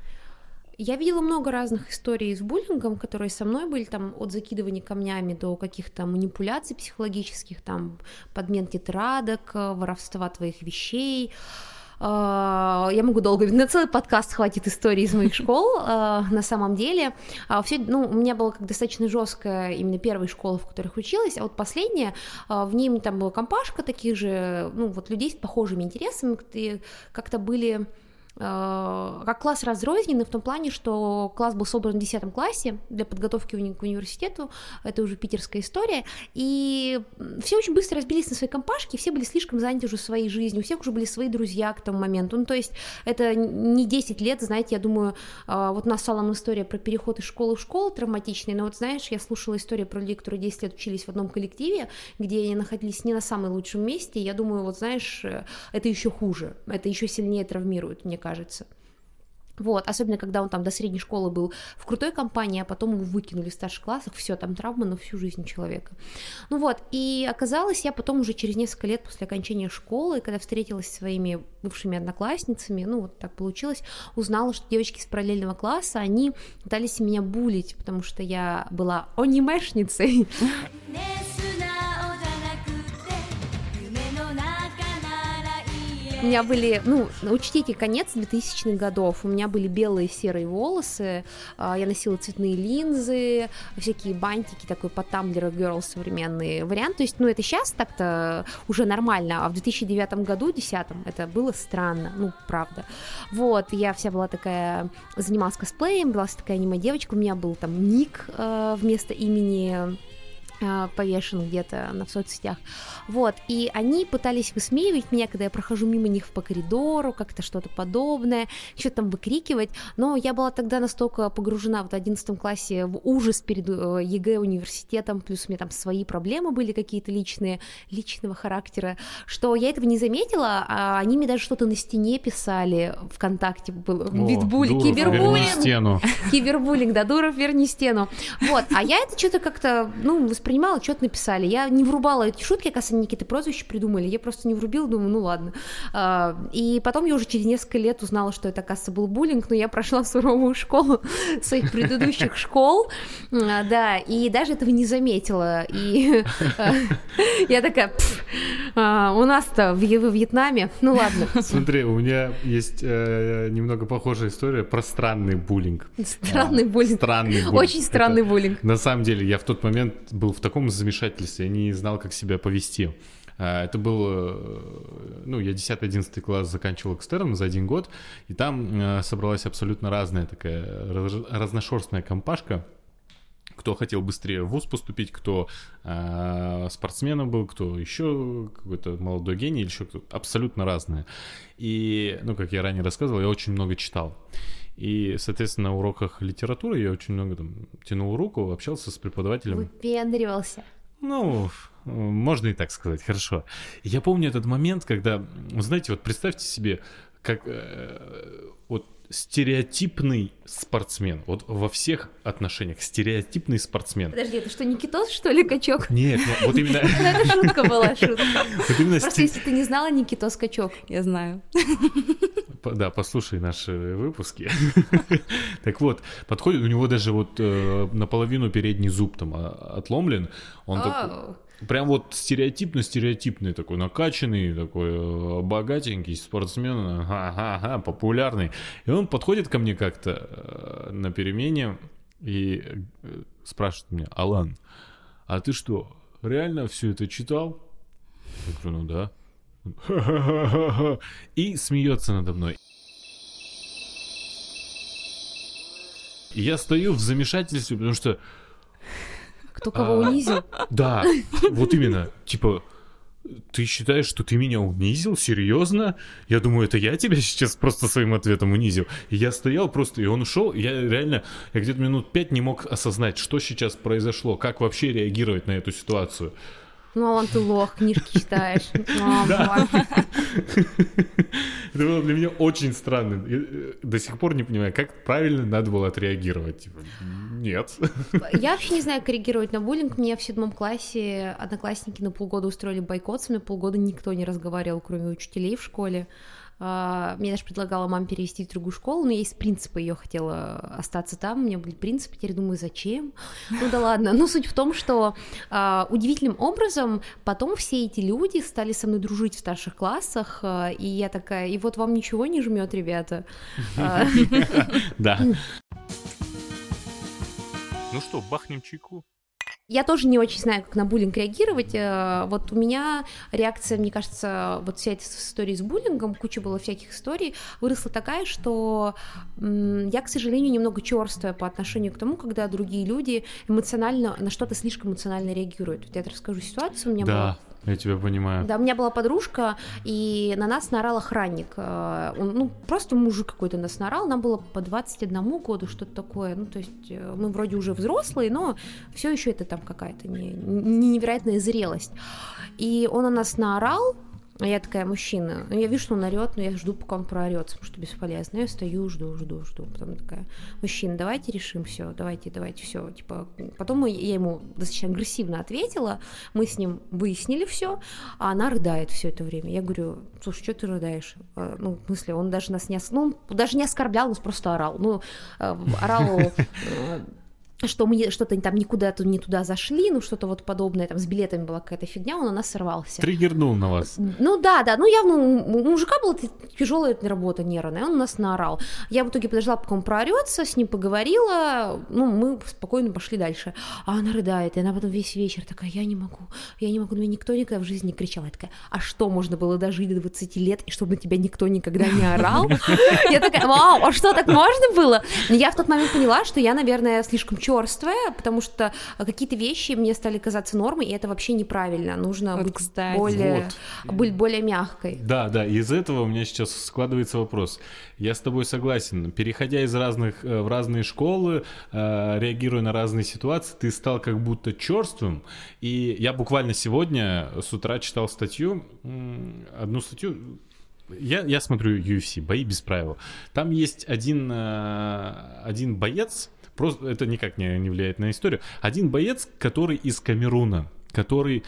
Я видела много разных историй с буллингом, которые со мной были, там, от закидывания камнями до каких-то манипуляций психологических, там, подмен тетрадок, воровства твоих вещей. Я могу долго, на целый подкаст хватит историй из моих школ, на самом деле. Все, ну, у меня была как достаточно жесткая именно первая школа, в которых училась, а вот последняя, в ней там была компашка таких же, ну, вот людей с похожими интересами, как-то были... как класс разрозненный в том плане, что класс был собран в десятом классе для подготовки уни- к университету, это уже питерская история, и все очень быстро разбились на свои компашки, все были слишком заняты уже своей жизнью, у всех уже были свои друзья к тому моменту, ну, то есть это не десять лет, знаете, я думаю, вот у нас стала история про переход из школы в школу травматичный, но вот знаешь, я слушала историю про людей, которые десять лет учились в одном коллективе, где они находились не на самом лучшем месте, я думаю, вот знаешь, это еще хуже, это еще сильнее травмирует, мне кажется. Вот, особенно когда он там до средней школы был в крутой компании, а потом его выкинули в старших классах, все, там травма на всю жизнь человека. Ну вот, и оказалось, я потом уже через несколько лет после окончания школы, когда встретилась со своими бывшими одноклассницами, ну вот так получилось, узнала, что девочки из параллельного класса, они пытались меня булить, потому что я была анимешницей. У меня были, ну, учтите, конец двухтысячных годов, у меня были белые серые волосы, я носила цветные линзы, всякие бантики, такой по Tumblr Girl современный вариант, то есть, ну, это сейчас так-то уже нормально, а в две тысячи девятом году, десятом, это было странно, ну, правда. Вот, я вся была такая, занималась косплеем, была такая аниме-девочка, у меня был там ник э, вместо имени... повешен где-то на в соцсетях, вот, и они пытались высмеивать меня, когда я прохожу мимо них по коридору, как-то что-то подобное, что-то там выкрикивать, но я была тогда настолько погружена в одиннадцатом классе в ужас перед ЕГЭ университетом, плюс у меня там свои проблемы были какие-то личные, личного характера, что я этого не заметила, а они мне даже что-то на стене писали, ВКонтакте был битбуллинг, кибербуллинг, кибербуллинг, да, Дуров, верни стену, вот, а я это что-то как-то, ну, воспринимала, что-то написали. Я не врубала эти шутки, оказывается, они какие-то прозвища придумали. Я просто не врубила, думаю, ну ладно. И потом я уже через несколько лет узнала, что это, оказывается, был буллинг, но я прошла суровую школу своих предыдущих школ, да, и даже этого не заметила. И я такая, А, у нас-то в, в Вьетнаме, ну ладно. Смотри, у меня есть э, немного похожая история про странный буллинг. Странный а, буллинг. Странный буллинг. Очень странный Это, буллинг. На самом деле, я в тот момент был в таком замешательстве, я не знал, как себя повести. Это был, ну, я десятый-одиннадцатый класс заканчивал экстерном за один год, и там собралась абсолютно разная такая разношерстная компашка. Кто хотел быстрее в вуз поступить, кто э, спортсменом был, кто еще какой-то молодой гений или еще кто-то. Абсолютно разное. И, ну, как я ранее рассказывал, я очень много читал. И, соответственно, на уроках литературы я очень много там тянул руку, общался с преподавателем. Выпендривался. Ну, можно и так сказать, хорошо. Я помню этот момент, когда, знаете, вот представьте себе, как э, вот стереотипный спортсмен, вот во всех отношениях стереотипный спортсмен. Подожди, это что, Никитос, что ли, качок? Нет, нет, вот именно... Это шутка была, шутка. Просто сте... если ты не знала, Никитос качок. Я знаю. Да, послушай наши выпуски. Так вот, подходит, у него даже вот э, наполовину передний зуб там отломлен. Он такой... Прям вот стереотипно-стереотипный такой, накачанный, такой богатенький спортсмен, ага-ага, популярный. И он подходит ко мне как-то на перемене и спрашивает меня: Алан, а ты что, реально все это читал? Я говорю, ну да. Ха-ха-ха-ха. И смеется надо мной. И я стою в замешательстве, потому что... Кто кого а, унизил? Да, вот именно. Типа, ты считаешь, что ты меня унизил? Серьезно? Я думаю, это я тебя сейчас просто своим ответом унизил. И я стоял просто, и он ушел. И я реально, я где-то минут пять не мог осознать, что сейчас произошло, как вообще реагировать на эту ситуацию. Ну, Алан, ты лох, книжки читаешь. Это было для меня очень странно. Я до сих пор не понимаю, как правильно надо было отреагировать. Нет. Я вообще не знаю, как реагировать на буллинг. Мне в седьмом классе одноклассники на полгода устроили бойкот. С мной полгода никто не разговаривал, кроме учителей в школе. Мне даже предлагала мама перевести в другую школу, но я из принципа ее хотела остаться там, у меня были принципы, теперь думаю, зачем? Ну да ладно, но суть в том, что а, удивительным образом потом все эти люди стали со мной дружить в старших классах, а, и я такая, и вот вам ничего не жмет, ребята. Да. Ну что, бахнем чайку? Я тоже не очень знаю, как на буллинг реагировать. Вот у меня реакция, мне кажется, вот вся эта история с буллингом, куча было всяких историй, выросла такая, что я, к сожалению, немного чёрствая по отношению к тому, когда другие люди эмоционально, на что-то слишком эмоционально реагируют. Вот я расскажу ситуацию, у меня да. была... Я тебя понимаю. Да, у меня была подружка, и на нас наорал охранник. Он, ну, просто мужик какой-то нас наорал, нам было по двадцать одному году, что-то такое. Ну, то есть мы вроде уже взрослые, но все еще это там какая-то не, не невероятная зрелость. И он на нас наорал, а я такая, мужчина, ну, я вижу, что он орёт, но я жду, пока он проорётся, потому что бесполезно. Я стою, жду, жду, жду. Потом такая, мужчина, давайте решим все, давайте, давайте все. Типа, потом я ему достаточно агрессивно ответила, мы с ним выяснили все, а она рыдает все это время. Я говорю, слушай, что ты рыдаешь? Ну, в смысле, он даже нас не, ос... ну, даже не оскорблял, он просто орал. Ну, орал... что мы что-то там никуда не туда зашли, ну что-то вот подобное, там с билетами была какая-то фигня, он на нас сорвался. Триггернул на вас. Ну да, да, ну явно у мужика была тяжелая работа нервная, он нас наорал. Я в итоге подождала, пока он проорется, с ним поговорила, ну мы спокойно пошли дальше. А она рыдает, и она потом весь вечер такая, я не могу, я не могу, на меня никто никогда в жизни не кричал. Я такая, а что, можно было дожить до двадцати лет, и чтобы на тебя никто никогда не орал? Я такая, вау, а что, так можно было? Я в тот момент поняла, что я, наверное, слишком чёрствая, потому что какие-то вещи мне стали казаться нормой, и это вообще неправильно. Нужно вот, быть, кстати, более, вот. быть более мягкой. Да, да, из этого у меня сейчас складывается вопрос. Я с тобой согласен. Переходя из разных в разные школы, реагируя на разные ситуации, ты стал как будто чёрствым. И я буквально сегодня с утра читал статью, одну статью. Я, я смотрю ю эф си, бои без правил. Там есть один, один боец, просто это никак не, не влияет на историю. Один боец, который из Камеруна, который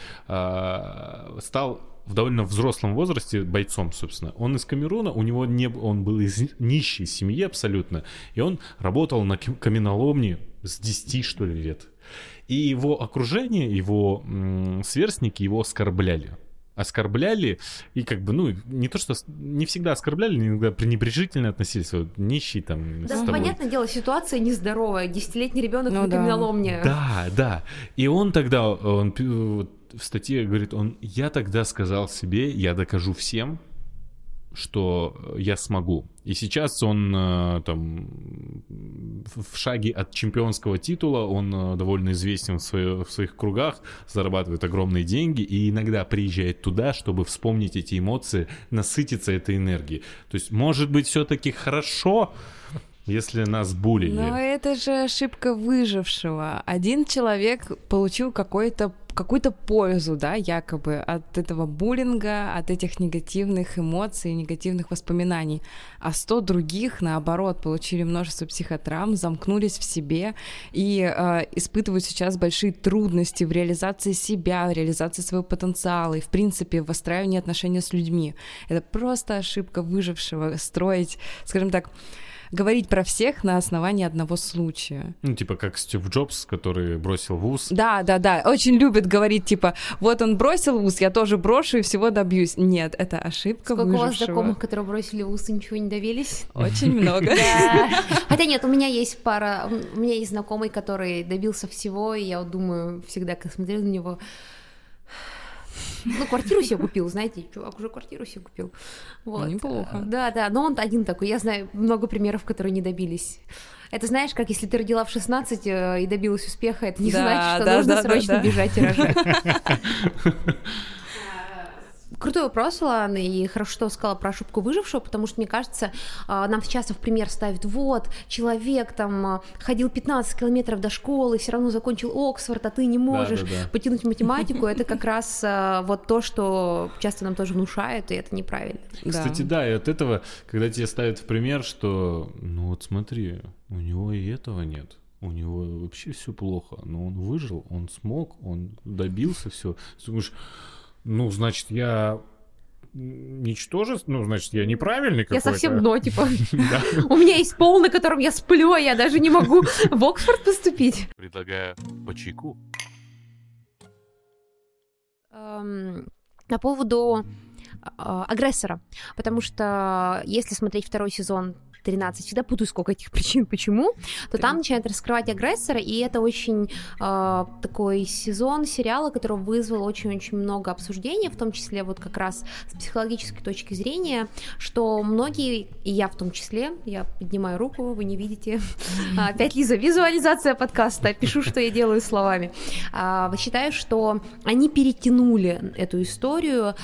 э, стал в довольно взрослом возрасте бойцом, собственно. Он из Камеруна, у него не, он был из нищей семьи абсолютно, и он работал на каменоломне с десяти, что ли, лет. И его окружение, его м, сверстники его оскорбляли. оскорбляли, и как бы, ну, не то, что не всегда оскорбляли, иногда пренебрежительно относились, вот, нищий там да, с ну, тобой. понятное дело, ситуация нездоровая, десятилетний ребенок ну, на да. каменоломне. Да, да, и он тогда, он в статье говорит, он, я тогда сказал себе, я докажу всем, что я смогу. И сейчас он там в шаге от чемпионского титула, он довольно известен в, свое, в своих кругах, зарабатывает огромные деньги и иногда приезжает туда, чтобы вспомнить эти эмоции, насытиться этой энергией. То есть, может быть, все-таки хорошо, если нас булили. Но это же ошибка выжившего. Один человек получил какой-то какую-то пользу, да, якобы от этого буллинга, от этих негативных эмоций, негативных воспоминаний, а сто других, наоборот, получили множество психотравм, замкнулись в себе и э, испытывают сейчас большие трудности в реализации себя, в реализации своего потенциала и, в принципе, в выстраивании отношений с людьми. Это просто ошибка выжившего строить, скажем так, говорить про всех на основании одного случая. Ну, типа как Стив Джобс, который бросил вуз. Да, да, да, очень любит говорить, типа, вот он бросил вуз, я тоже брошу и всего добьюсь. Нет, это ошибка выжившего. Сколько у вас знакомых, которые бросили вуз и ничего не добились? Очень много. Хотя нет, у меня есть пара, у меня есть знакомый, который добился всего, и я вот думаю, всегда, когда смотрю на него, ну, квартиру себе купил, знаете, чувак уже квартиру себе купил. Вот. Неплохо. Да, да, но он один такой. Я знаю много примеров, которые не добились. Это знаешь, как если ты родила в шестнадцать и добилась успеха, это не да, значит, что да, нужно да, срочно да, бежать и рожать. Крутой вопрос, Лана, и хорошо, что сказала про ошибку выжившего, потому что, мне кажется, нам часто в пример ставят, вот, человек там ходил пятнадцать километров до школы, все равно закончил Оксфорд, а ты не можешь да, да, да. потянуть математику, это как раз вот то, что часто нам тоже внушают, и это неправильно. Кстати, да, и от этого, когда тебе ставят в пример, что, ну вот смотри, у него и этого нет. У него вообще все плохо, но он выжил, он смог, он добился, все. Ты думаешь, ну, значит, я ничтожество, ну, значит, я неправильный какой-то. Я совсем дно, типа. У меня есть пол, на котором я сплю, а я даже не могу в Оксфорд поступить. Предлагаю по чайку. По поводу агрессора, потому что если смотреть второй сезон тринадцать, всегда путаю, сколько этих причин, почему, то там начинают раскрывать агрессора, и это очень э, такой сезон сериала, который вызвал очень-очень много обсуждений, в том числе вот как раз с психологической точки зрения, что многие, и я в том числе, я поднимаю руку, вы не видите, опять Лиза, визуализация подкаста, пишу, что я делаю словами, считаю, что они перетянули эту историю,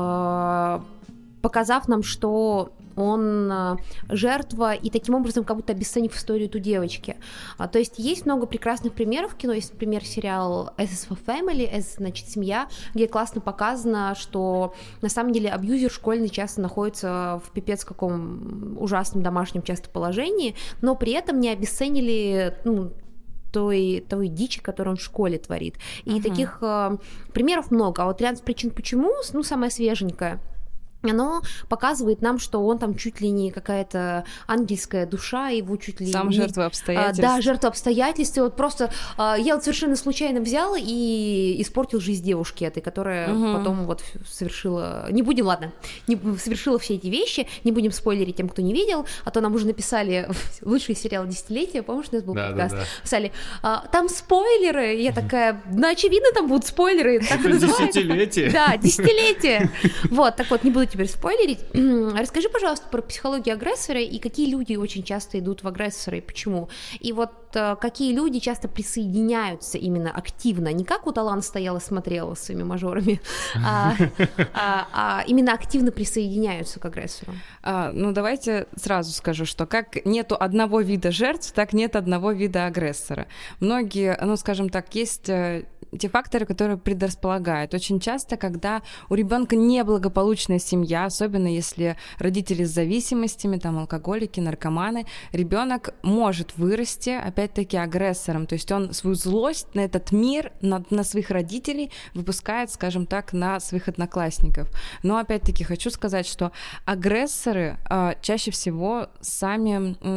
показав нам, что он жертва, и таким образом как будто обесценив историю этой девочки. То есть есть много прекрасных примеров в кино. Есть, например, сериал S for Family, S, значит, семья, где классно показано, что на самом деле абьюзер школьный часто находится в пипец каком ужасном домашнем часто положении, но при этом не обесценили, ну, той, той дичи, которую он в школе творит. И uh-huh. таких э, примеров много. А вот тринадцать причин почему, ну, самая свеженькая, оно показывает нам, что он там чуть ли не какая-то ангельская душа, его чуть ли Сам не... жертва обстоятельств. А, да, жертва обстоятельств. И вот просто а, я вот совершенно случайно взяла и испортил жизнь девушки этой, которая угу. потом вот совершила... Не будем, ладно, не... совершила все эти вещи, не будем спойлерить тем, кто не видел, а то нам уже написали лучший сериал десятилетия, помнишь, у нас был да, подкаст? Да, да. Писали, а, там спойлеры, я такая, ну, очевидно, там будут спойлеры. Так это десятилетие. Да, десятилетие. Вот, так вот, не буду теперь спойлерить. Расскажи, пожалуйста, про психологию агрессора и какие люди очень часто идут в агрессора и почему. И вот э, какие люди часто присоединяются именно активно, не как вот Алан стояла и смотрела своими мажорами, а, а, а именно активно присоединяются к агрессору. А, ну, давайте сразу скажу, что как нету одного вида жертв, так нет одного вида агрессора. Многие, ну, скажем так, есть... те факторы, которые предрасполагают. Очень часто, когда у ребенка неблагополучная семья, особенно если родители с зависимостями, там, алкоголики, наркоманы, ребенок может вырасти, опять-таки, агрессором. То есть он свою злость на этот мир, на, на своих родителей выпускает, скажем так, на своих одноклассников. Но, опять-таки, хочу сказать, что агрессоры э, чаще всего сами...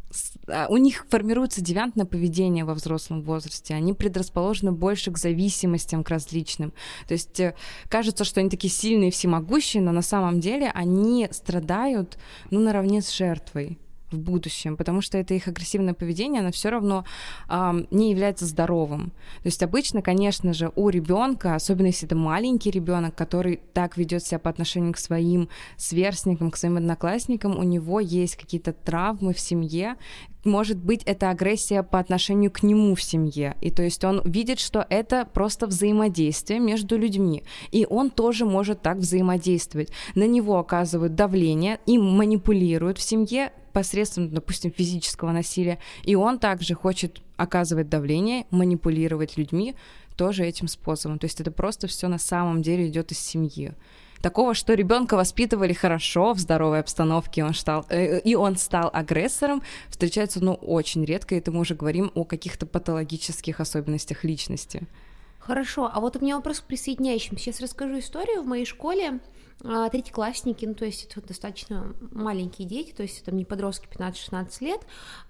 у них формируется девиантное поведение во взрослом возрасте, они предрасположены больше к зависимостям, к различным. То есть кажется, что они такие сильные, всемогущие, но на самом деле они страдают, ну, наравне с жертвой в будущем, потому что это их агрессивное поведение, оно все равно э, не является здоровым. То есть обычно, конечно же, у ребенка, особенно если это маленький ребенок, который так ведет себя по отношению к своим сверстникам, к своим одноклассникам, у него есть какие-то травмы в семье. Может быть, это агрессия по отношению к нему в семье. И то есть он видит, что это просто взаимодействие между людьми. И он тоже может так взаимодействовать. На него оказывают давление, им манипулируют в семье посредством, допустим, физического насилия. И он также хочет оказывать давление, манипулировать людьми тоже этим способом. То есть это просто все на самом деле идет из семьи. Такого, что ребенка воспитывали хорошо, в здоровой обстановке, он стал, э, и он стал агрессором, встречается, ну, очень редко, и это мы уже говорим о каких-то патологических особенностях личности. Хорошо, а вот у меня вопрос к присоединяющим. Сейчас расскажу историю. В моей школе третьеклассники, ну, то есть это достаточно маленькие дети, то есть это не подростки пятнадцать-шестнадцать лет,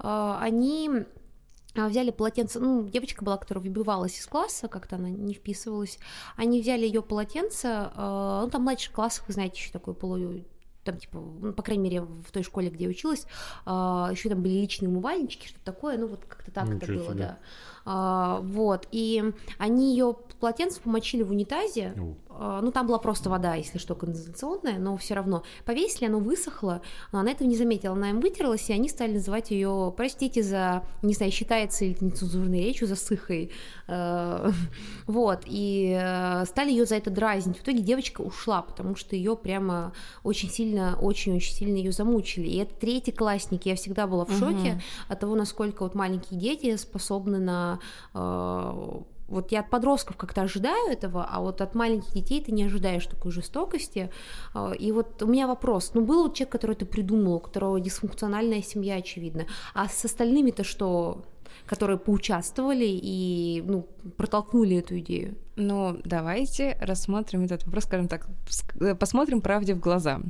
они взяли полотенце, ну, девочка была, которая выбивалась из класса, как-то она не вписывалась, они взяли ее полотенце, ну, там в младших классах, вы знаете, еще такой полу... там, типа, ну, по крайней мере, в той школе, где я училась, еще там были личные умывальнички, что-то такое, ну, вот как-то так это было, да. А, вот, и они ее полотенце помочили в унитазе, а, ну, там была просто вода, если что, конденсационная, но все равно повесили, оно высохло, но она этого не заметила, она им вытерлась, и они стали называть ее, простите за, не знаю, считается ли это нецензурной речью, за сыхой, а, вот, и стали ее за это дразнить. В итоге девочка ушла, потому что ее прямо очень сильно, очень-очень сильно ее замучили, и это третьеклассники, я всегда была в шоке угу. от того, насколько вот маленькие дети способны на вот я от подростков как-то ожидаю этого, а вот от маленьких детей ты не ожидаешь такой жестокости. И вот у меня вопрос, ну был вот человек, который это придумал, у которого дисфункциональная семья, очевидно, а с остальными-то что, которые поучаствовали и, ну, протолкнули эту идею? Ну, давайте рассмотрим этот вопрос, скажем так, посмотрим правде в глаза.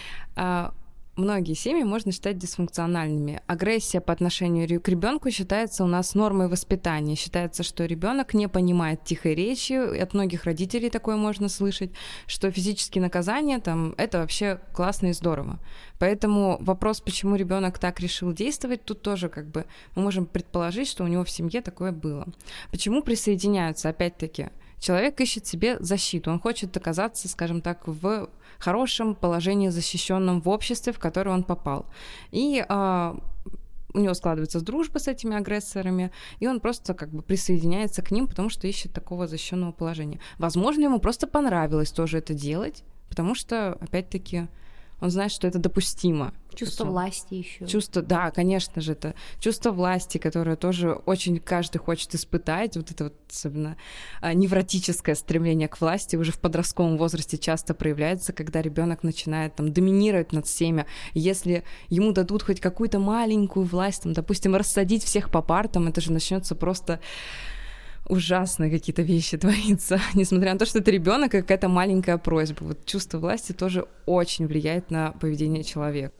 Многие семьи можно считать дисфункциональными. Агрессия по отношению к ребенку считается у нас нормой воспитания. Считается, что ребенок не понимает тихой речи. От многих родителей такое можно слышать, что физические наказания там это вообще классно и здорово. Поэтому вопрос, почему ребенок так решил действовать, тут тоже как бы мы можем предположить, что у него в семье такое было. Почему присоединяются? Опять-таки, человек ищет себе защиту, он хочет оказаться, скажем так, в хорошем положении, защищенном в обществе, в которое он попал. И а, у него складывается дружба с этими агрессорами, и он просто как бы присоединяется к ним, потому что ищет такого защищенного положения. Возможно, ему просто понравилось тоже это делать, потому что, опять-таки, он знает, что это допустимо. Чувство власти еще. Чувство, да, конечно же, это чувство власти, которое тоже очень каждый хочет испытать. Вот это вот особенно невротическое стремление к власти уже в подростковом возрасте часто проявляется, когда ребенок начинает там доминировать над всеми. Если ему дадут хоть какую-то маленькую власть, там, допустим, рассадить всех по партам, это же начнется просто ужасные какие-то вещи творятся, несмотря на то, что это ребенок и какая-то маленькая просьба. Вот чувство власти тоже очень влияет на поведение человека.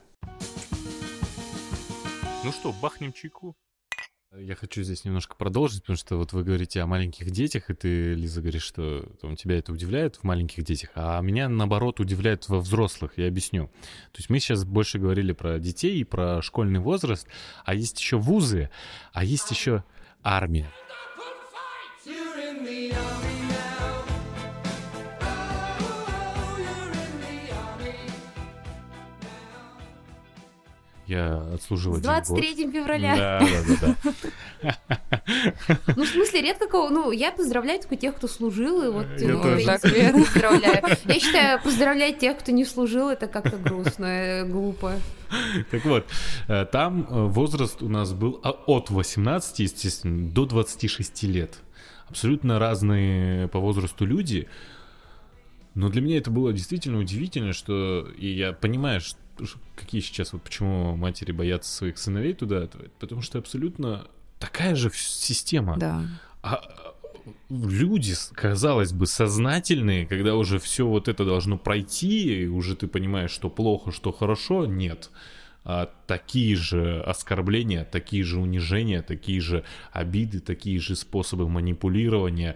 Ну что, бахнем чайку? Я хочу здесь немножко продолжить, потому что вот вы говорите о маленьких детях, и ты, Лиза, говоришь, что там, тебя это удивляет в маленьких детях, а меня, наоборот, удивляет во взрослых, я объясню. То есть мы сейчас больше говорили про детей и про школьный возраст, а есть еще вузы, а есть еще армия. Я отслужил один год. двадцать третьего февраля. Да, да, да, да. Ну, в смысле, редко кого... Ну, я поздравляю только тех, кто служил, и вот... Я ну, тоже. Так, поздравляю. Я считаю, поздравлять тех, кто не служил, это как-то грустно, глупо. Так вот, там возраст у нас был от восемнадцати, естественно, до двадцати шести лет. Абсолютно разные по возрасту люди. Но для меня это было действительно удивительно, что... И я понимаю, что какие сейчас, вот почему матери боятся своих сыновей туда отдавать, потому что абсолютно такая же система. Да. А люди, казалось бы, сознательные, когда уже все вот это должно пройти, и уже ты понимаешь, что плохо, что хорошо, нет. а, такие же оскорбления, такие же унижения, такие же обиды, такие же способы манипулирования,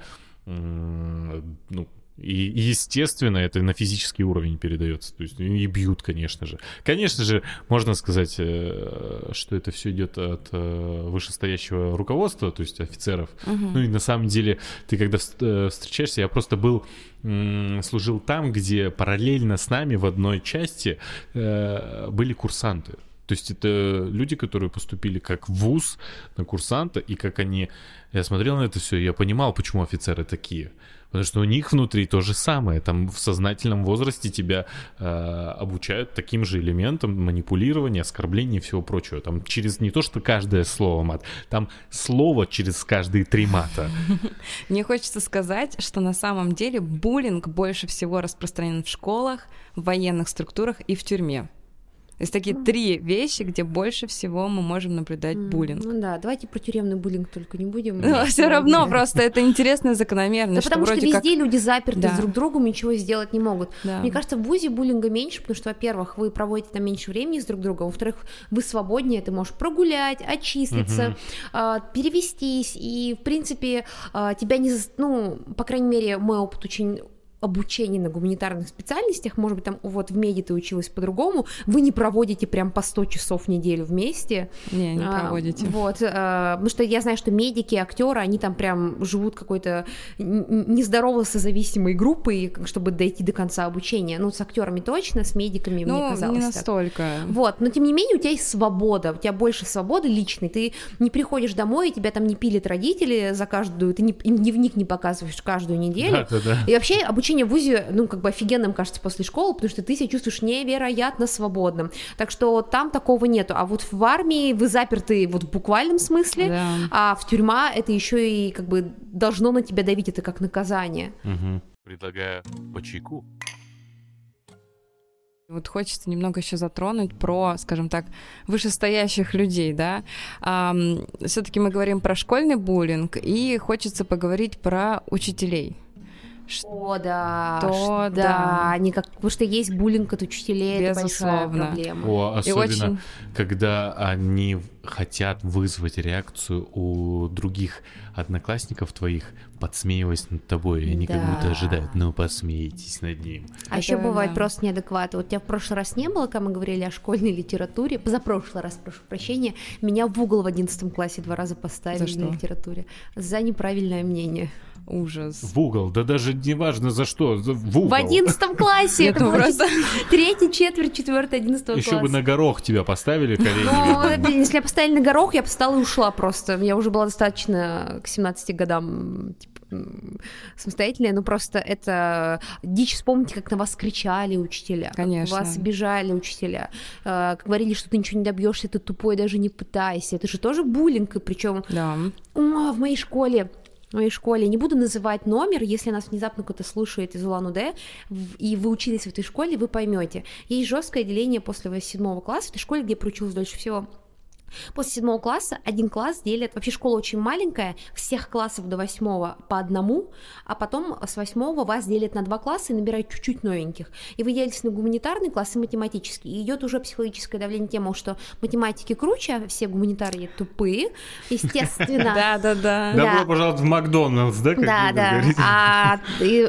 м- ну, и, естественно, это на физический уровень передается. То есть и бьют, конечно же. Конечно же, можно сказать, что это все идет от вышестоящего руководства, то есть офицеров. Uh-huh. Ну и на самом деле, ты когда встречаешься, я просто был, служил там, где параллельно с нами в одной части были курсанты. То есть это люди, которые поступили как в вуз на курсанта, и как они... Я смотрел на это все, и я понимал, почему офицеры такие. Потому что у них внутри то же самое. Там в сознательном возрасте тебя э, обучают таким же элементам манипулирования, оскорбления и всего прочего. Там через не то, что каждое слово мат, там слово через каждые три мата. Мне хочется сказать, что на самом деле буллинг больше всего распространен в школах, в военных структурах и в тюрьме. То есть такие mm. три вещи, где больше всего мы можем наблюдать mm. буллинг. Ну да, давайте про тюремный буллинг только не будем. Но все равно просто это интересная закономерность. Да, потому что везде как... люди заперты да. друг другом, ничего сделать не могут. Да. Мне кажется, в вузе буллинга меньше, потому что, во-первых, вы проводите там меньше времени с друг другом, во-вторых, вы свободнее, ты можешь прогулять, отчислиться, mm-hmm. э, перевестись, и, в принципе, э, тебя не... Ну, по крайней мере, мой опыт очень... обучение на гуманитарных специальностях, может быть, там вот в меди ты училась по-другому, вы не проводите прям по сто часов в неделю вместе. Не, не а, проводите. Вот, а, потому что я знаю, что медики, актеры, они там прям живут какой-то нездорово созависимой группой, чтобы дойти до конца обучения. Ну, с актерами точно, с медиками, ну, мне казалось не настолько. Так. Вот, но тем не менее у тебя есть свобода, у тебя больше свободы личной, ты не приходишь домой, и тебя там не пилят родители за каждую, ты не, им дневник не показываешь каждую неделю. Да, да, да. И вообще обучение в вузе, ну, как бы офигенным, кажется, после школы, потому что ты себя чувствуешь невероятно свободным. Так что там такого нету. А вот в армии вы заперты вот в буквальном смысле, да. а в тюрьма это еще и как бы должно на тебя давить, это как наказание. Угу. Предлагаю по чайку. Вот хочется немного еще затронуть про, скажем так, вышестоящих людей, да. Um, все-таки мы говорим про школьный буллинг, и хочется поговорить про учителей. О, да, что, да, да. Они как, потому что есть буллинг от учителей, безусловно. Это большая проблема. О, особенно, очень... когда они хотят вызвать реакцию у других одноклассников твоих, подсмеиваясь над тобой, и они да. как будто ожидают, ну, посмейтесь над ним. А это еще бывает да. просто неадекватно. Вот у тебя в прошлый раз не было, когда мы говорили о школьной литературе, позапрошлый раз, прошу прощения, меня в угол в одиннадцатом классе два раза поставили на литературе за неправильное мнение. Ужас. В угол, да даже не важно за что, в угол. В одиннадцатом классе, это просто третий, четверть, четвертый, одиннадцатого класса. Еще бы на горох тебя поставили коленями. Ну, если я поставили на горох, я бы встала и ушла просто. Я уже была достаточно к семнадцати годам самостоятельная, но просто это дичь. Вспомните, как на вас кричали учителя, конечно. Как вас обижали учителя, как говорили, что ты ничего не добьешься, ты тупой, даже не пытайся. Это же тоже буллинг, и причем да. в моей школе В моей школе, не буду называть номер, если нас внезапно кто-то слушает из Улан-Удэ, и вы учились в этой школе, вы поймете. Есть жесткое деление после седьмого класса в этой школе, где я проучилась дольше всего. После седьмого класса один класс делят, вообще школа очень маленькая, всех классов до восьмого по одному, а потом с восьмого вас делят на два класса и набирают чуть-чуть новеньких. И вы делитесь на гуманитарный класс и математический. И идет уже психологическое давление тема, что математики круче, а все гуманитарии тупые, естественно. Да-да-да. Добро пожаловать в Макдональдс, да? Да-да.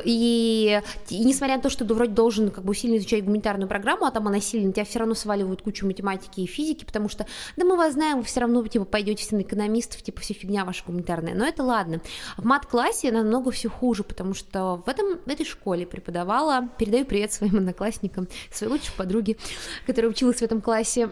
И несмотря на то, что ты вроде должен как бы усиленно изучать гуманитарную программу, а там она сильно, тебя все равно сваливают кучу математики и физики, потому что, да мы вас знаем, вы все равно типа пойдете все на экономистов, типа все фигня ваша гуманитарная. Но это ладно. В мат-классе намного все хуже, потому что в, этом, в этой школе преподавала, передаю привет своим одноклассникам, своей лучшей подруге, которая училась в этом классе.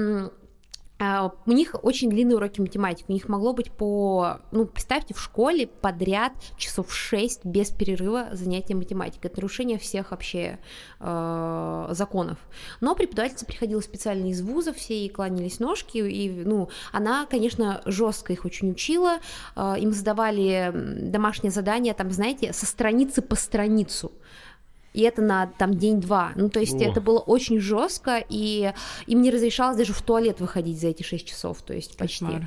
У них очень длинные уроки математики, у них могло быть по, ну, представьте, в школе подряд часов шесть без перерыва занятия математикой, это нарушение всех вообще э, законов, но преподавательница приходила специально из вуза, все ей кланялись ножки, и, ну, она, конечно, жестко их очень учила, э, им задавали домашнее задание, там, знаете, со страницы по страницу, и это на там день-два, ну то есть О. это было очень жестко, и им не разрешалось даже в туалет выходить за эти шесть часов, то есть почти.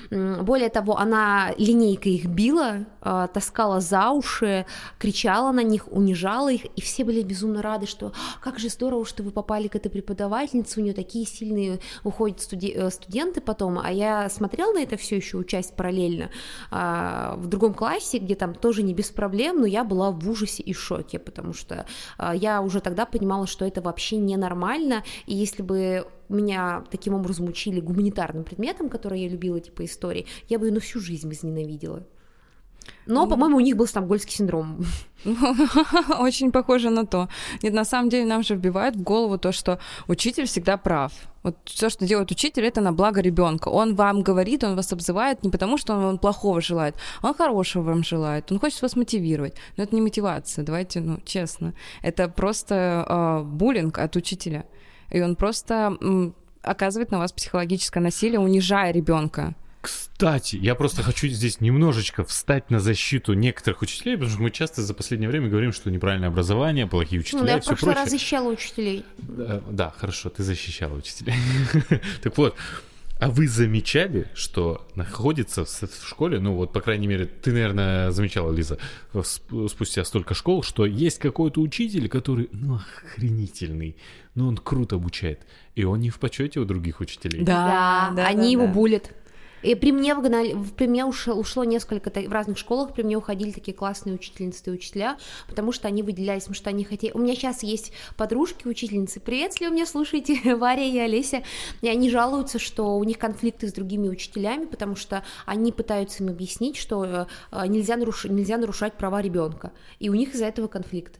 Более того, она линейкой их била, таскала за уши, кричала на них, унижала их, и все были безумно рады, что как же здорово, что вы попали к этой преподавательнице, у нее такие сильные уходят студи- студенты потом, а я смотрела на это все еще, учась параллельно в другом классе, где там тоже не без проблем, но я была в ужасе и шоке, потому что я уже тогда понимала, что это вообще ненормально, и если бы меня таким образом учили гуманитарным предметом, который я любила, типа истории, я бы ее на всю жизнь возненавидела. Но, по-моему, у них был стокгольмский синдром. Очень похоже на то. Нет, на самом деле нам же вбивают в голову то, что учитель всегда прав. Вот все, что делает учитель, это на благо ребенка. Он вам говорит, он вас обзывает не потому, что он вам плохого желает, он хорошего вам желает, он хочет вас мотивировать. Но это не мотивация, давайте, ну, честно. Это просто э, буллинг от учителя. И он просто м, оказывает на вас психологическое насилие, унижая ребенка. Кстати, я просто хочу здесь немножечко встать на защиту некоторых учителей, потому что мы часто за последнее время говорим, что неправильное образование, плохие учителя, ну, и я в все прошлый прочее. раз защищала учителей. Да, да, хорошо, ты защищала учителей. Так вот, а вы замечали, что находится в школе, ну вот, по крайней мере, ты, наверное, замечала, Лиза, спустя столько школ, что есть какой-то учитель, который, ну, охренительный, ну, он круто обучает, и он не в почете у других учителей. Да, Да, да, они да, его да. булят. И при мне, вгнали, при мне ушло, ушло несколько, в разных школах при мне уходили такие классные учительницы и учителя, потому что они выделялись, потому что они хотели... У меня сейчас есть подружки, учительницы, привет, если вы меня слушаете, Варя и Олеся, и они жалуются, что у них конфликты с другими учителями, потому что они пытаются им объяснить, что нельзя, наруш... нельзя нарушать права ребенка, и у них из-за этого конфликты.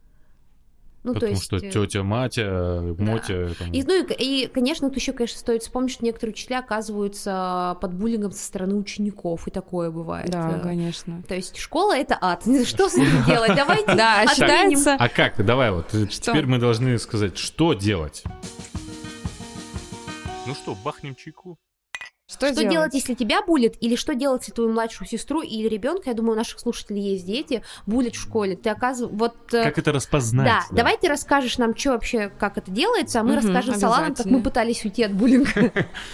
Ну, Потому то есть... что тетя, Матя, Мотя... Да. Там... И, ну, и, и, конечно, тут еще, конечно, стоит вспомнить, что некоторые учителя оказываются под буллингом со стороны учеников, и такое бывает. Да, конечно. То есть школа — это ад. Что с этим делать? Давайте Да, считается... А как? Давай вот, теперь мы должны сказать, что делать. Ну что, бахнем чайку? Что, Что делать? делать, если тебя булят, или что делать, если твою младшую сестру или ребенка, я думаю, у наших слушателей есть дети, булят в школе, ты оказываешь... Вот, как это распознать? Да, да, давай ты расскажешь нам, что вообще, как это делается, а мы Угу, расскажем с Аланом, как мы пытались уйти от буллинга.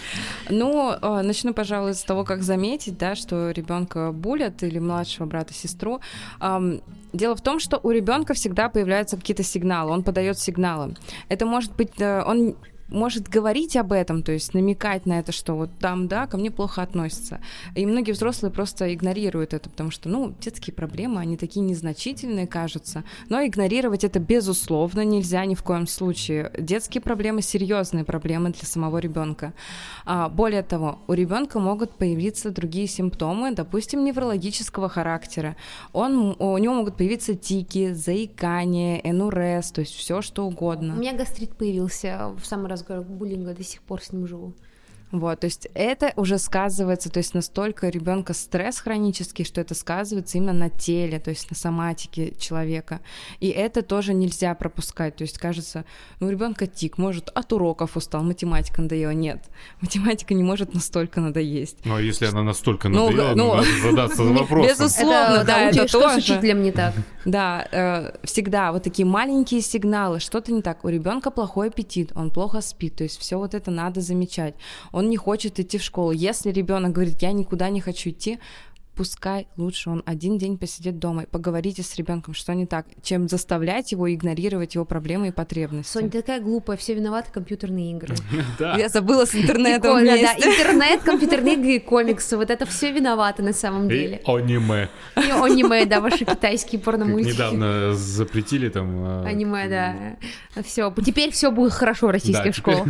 Ну, начну, пожалуй, с того, как заметить, да, что ребенка булят или младшего брата, сестру. Дело в том, что у ребенка всегда появляются какие-то сигналы, он подает сигналы. Это может быть, он может говорить об этом, то есть намекать на это, что вот там, да, ко мне плохо относятся. И многие взрослые просто игнорируют это, потому что, ну, детские проблемы, они такие незначительные, кажутся. Но игнорировать это, безусловно, нельзя ни в коем случае. Детские проблемы — серьезные проблемы для самого ребенка. А, более того, у ребенка могут появиться другие симптомы, допустим, неврологического характера. Он, у него могут появиться тики, заикание, энурез, то есть все что угодно. У меня гастрит появился в самый разгар буллинга, до сих пор с ним живу. Вот, то есть это уже сказывается, то есть настолько ребенка стресс хронический, что это сказывается именно на теле, то есть на соматике человека. И это тоже нельзя пропускать. То есть кажется, ну, у ребенка тик, может, от уроков устал, математика надоела. Нет, математика не может настолько надоесть. Ну, а если она настолько Ну, надоела, ну, надо задаться вопросом. Безусловно, да, это что тоже. с учителем не так? Да, э, всегда вот такие маленькие сигналы, что-то не так. У ребенка плохой аппетит, он плохо спит, то есть все вот это надо замечать. Он не хочет идти в школу. Если ребенок говорит, я никуда не хочу идти, пускай лучше он один день посидит дома и поговорите с ребенком, что не так, чем заставлять его игнорировать его проблемы и потребности. Соня, ты такая глупая, все виноваты компьютерные игры. Я забыла с интернетом Да, вместе. интернет, компьютерные игры и комиксы, вот это все виноваты на самом деле. И аниме. И аниме, да, ваши китайские порномультики. Недавно запретили там... Аниме, да. Все, теперь все будет хорошо в российских школах.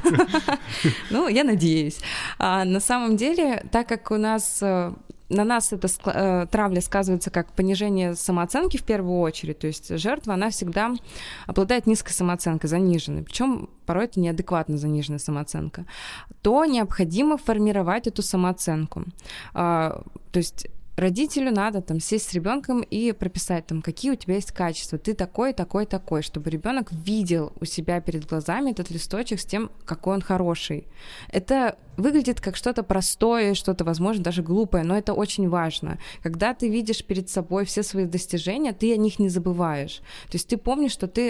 Ну, я надеюсь. На самом деле, так как у нас... На нас эта э, травля сказывается как понижение самооценки в первую очередь, то есть жертва, она всегда обладает низкой самооценкой, заниженной, причем порой это неадекватно заниженная самооценка, то необходимо формировать эту самооценку. Э, то есть родителю надо там сесть с ребенком и прописать там, какие у тебя есть качества, ты такой, такой, такой, чтобы ребенок видел у себя перед глазами этот листочек с тем, какой он хороший. Это выглядит как что-то простое, что-то, возможно, даже глупое, но это очень важно. Когда ты видишь перед собой все свои достижения, ты о них не забываешь. То есть ты помнишь, что ты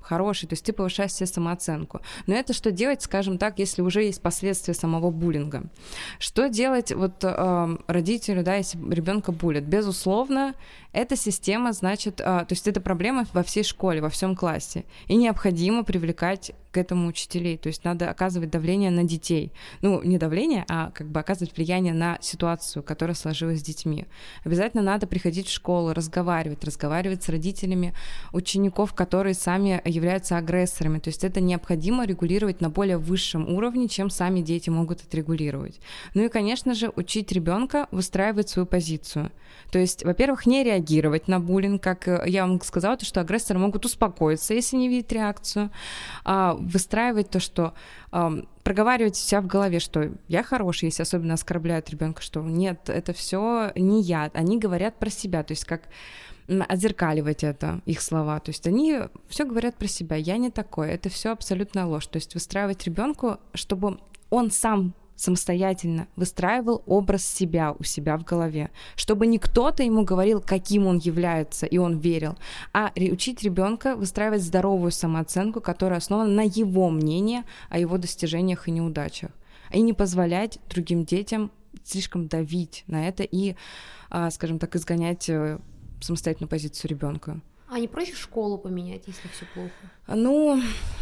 хороший, то есть ты повышаешь себе самооценку. Но это что делать, скажем так, если уже есть последствия самого буллинга? Что делать вот э, родителю, да, если ребенка буллят? Безусловно, эта система, значит, э, то есть это проблема во всей школе, во всем классе, и необходимо привлекать к этому учителей, то есть надо оказывать давление на детей. Ну, не давление, а как бы оказывать влияние на ситуацию, которая сложилась с детьми. Обязательно надо приходить в школу, разговаривать, разговаривать с родителями учеников, которые сами являются агрессорами. То есть это необходимо регулировать на более высшем уровне, чем сами дети могут отрегулировать. Ну и, конечно же, учить ребенка выстраивать свою позицию. То есть, во-первых, не реагировать на буллинг, как я вам сказала, то, что агрессоры могут успокоиться, если не видят реакцию, а выстраивать то, что а, проговаривать себя в голове, что я хороший, если особенно оскорбляют ребенка, что нет, это все не я, они говорят про себя, то есть как отзеркаливать это, их слова, то есть они все говорят про себя, я не такой, это все абсолютно ложь, то есть выстраивать ребенку, чтобы он сам самостоятельно выстраивал образ себя у себя в голове, чтобы не кто-то ему говорил, каким он является, и он верил, а учить ребенка выстраивать здоровую самооценку, которая основана на его мнении о его достижениях и неудачах, и не позволять другим детям слишком давить на это и, скажем так, изгонять самостоятельную позицию ребенка. А не проще школу поменять, если все плохо? Ну,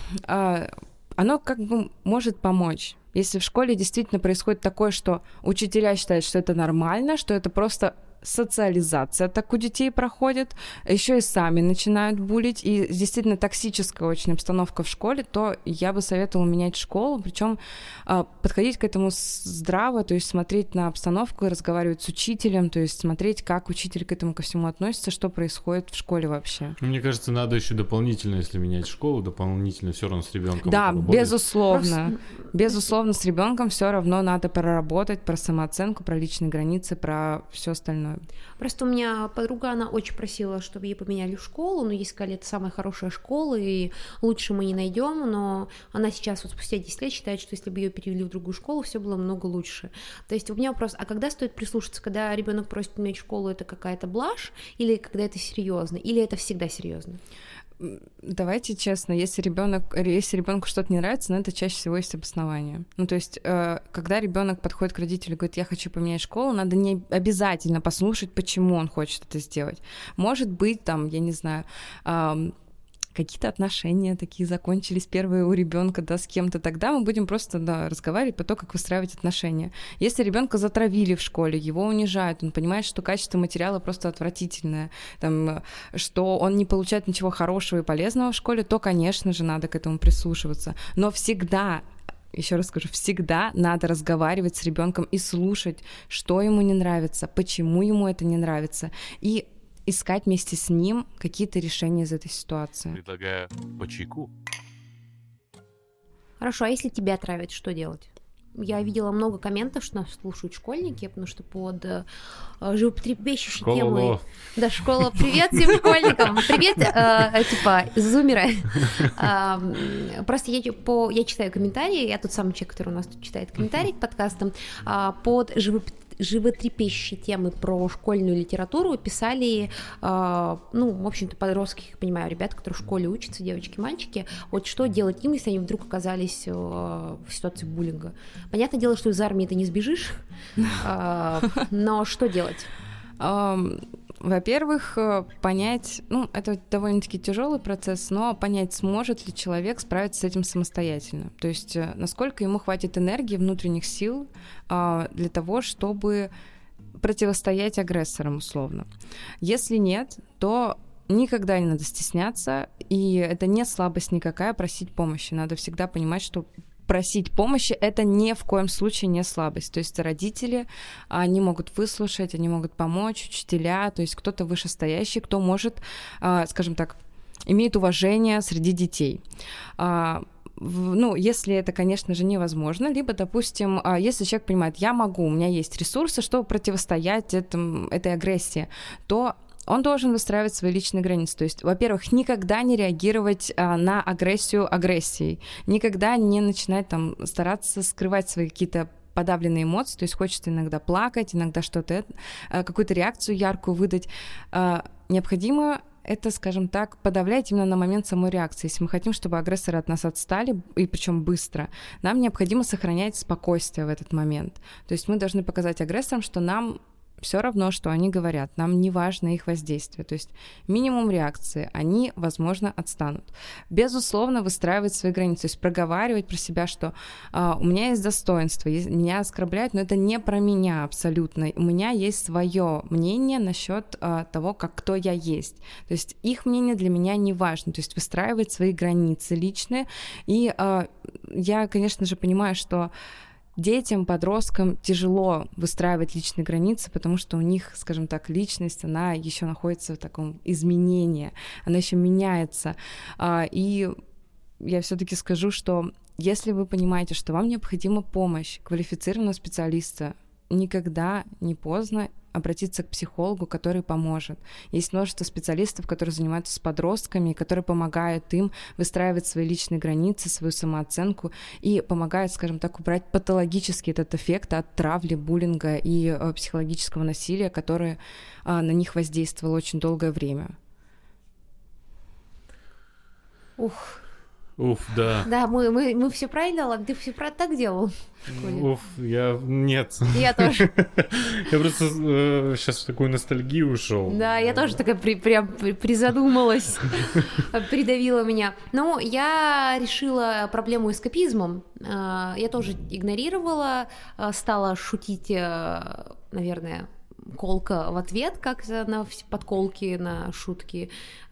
оно как бы может помочь. Если в школе действительно происходит такое, что учителя считают, что это нормально, что это просто социализация так у детей проходит, еще и сами начинают булить, и действительно токсическая очень обстановка в школе, то я бы советовала менять школу, причем подходить к этому здраво, то есть смотреть на обстановку, разговаривать с учителем, то есть смотреть, как учитель к этому ко всему относится, что происходит в школе вообще. Мне кажется, надо еще дополнительно, если менять школу, дополнительно все равно с ребенком. Да, безусловно. Просто... Безусловно, с ребенком все равно надо проработать про самооценку, про личные границы, про все остальное. Просто у меня подруга, она очень просила, чтобы ей поменяли в школу, но ей сказали, это самая хорошая школа, и лучше мы не найдем, но она сейчас вот спустя десять лет считает, что если бы ее перевели в другую школу, все было много лучше. То есть у меня вопрос, а когда стоит прислушаться, когда ребенок просит поменять школу, это какая-то блажь, или когда это серьезно, или это всегда серьезно? Давайте честно, если ребенок, если ребенку что-то не нравится, ну это чаще всего есть обоснование. Ну то есть, э, когда ребенок подходит к родителю и говорит, я хочу поменять школу, надо не обязательно послушать, почему он хочет это сделать. Может быть, там, я не знаю, э, какие-то отношения такие закончились первые у ребенка, да, с кем-то, тогда мы будем просто, да, разговаривать про то, как выстраивать отношения. Если ребенка затравили в школе, его унижают, он понимает, что качество материала просто отвратительное, там, что он не получает ничего хорошего и полезного в школе, то, конечно же, надо к этому прислушиваться. Но всегда, еще раз скажу, всегда надо разговаривать с ребенком и слушать, что ему не нравится, почему ему это не нравится, и искать вместе с ним какие-то решения из этой ситуации. Предлагаю по чайку. Хорошо, а если тебя травят, что делать? Я видела много комментов, что нас слушают школьники, потому что под э, животрепещущей школа темой... ло. Да, школа, привет всем школьникам! Привет, э, типа, зумеры! э, просто я, по, я читаю комментарии, я тот самый человек, который у нас тут читает комментарии к подкастам, э, под животрепещущей животрепещущие темы про школьную литературу писали, э, ну, в общем-то, подростки, я понимаю, ребята, которые в школе учатся, девочки, мальчики, вот что делать им, если они вдруг оказались э, в ситуации буллинга. Понятное дело, что из армии ты не сбежишь, э, но что делать? Во-первых, понять, ну, это довольно-таки тяжелый процесс, но понять, сможет ли человек справиться с этим самостоятельно. То есть, насколько ему хватит энергии, внутренних сил а, для того, чтобы противостоять агрессорам, условно. Если нет, то никогда не надо стесняться, и это не слабость никакая просить помощи. Надо всегда понимать, что просить помощи — это ни в коем случае не слабость. То есть родители, они могут выслушать, они могут помочь, учителя, то есть кто-то вышестоящий, кто может, скажем так, имеет уважение среди детей. Ну, если это, конечно же, невозможно, либо, допустим, если человек понимает, я могу, у меня есть ресурсы, чтобы противостоять этому, этой агрессии, то он должен выстраивать свои личные границы. То есть, во-первых, никогда не реагировать а, на агрессию агрессией, никогда не начинать там стараться скрывать свои какие-то подавленные эмоции, то есть хочется иногда плакать, иногда что-то, какую-то реакцию яркую выдать. А, необходимо это, скажем так, подавлять именно на момент самой реакции. Если мы хотим, чтобы агрессоры от нас отстали, и причем быстро, нам необходимо сохранять спокойствие в этот момент. То есть мы должны показать агрессорам, что нам все равно, что они говорят, нам не важно их воздействие. То есть минимум реакции, они, возможно, отстанут. Безусловно, выстраивать свои границы, то есть проговаривать про себя, что а, у меня есть достоинство, меня оскорбляют, но это не про меня абсолютно. У меня есть свое мнение насчет а, того, как кто я есть. То есть их мнение для меня не важно. То есть выстраивать свои границы личные. И а, я, конечно же, понимаю, что детям, подросткам тяжело выстраивать личные границы, потому что у них, скажем так, личность, она еще находится в таком изменении, она еще меняется. И я все-таки скажу, что если вы понимаете, что вам необходима помощь квалифицированного специалиста, никогда не поздно обратиться к психологу, который поможет. Есть множество специалистов, которые занимаются с подростками, которые помогают им выстраивать свои личные границы, свою самооценку и помогают, скажем так, убрать патологический этот эффект от травли, буллинга и э, психологического насилия, которое э, на них воздействовало очень долгое время. Ух. Уф, да. Да, мы, мы, мы все правильно, ладно, ты все про так делал? Уф, я... Нет. Я тоже. Я просто э, сейчас в такую ностальгию ушел. Да, я тоже такая при, прям призадумалась, придавила меня. Но я решила проблему эскапизмом. Я тоже игнорировала, стала шутить, наверное, колко в ответ, как на подколки, на шутки.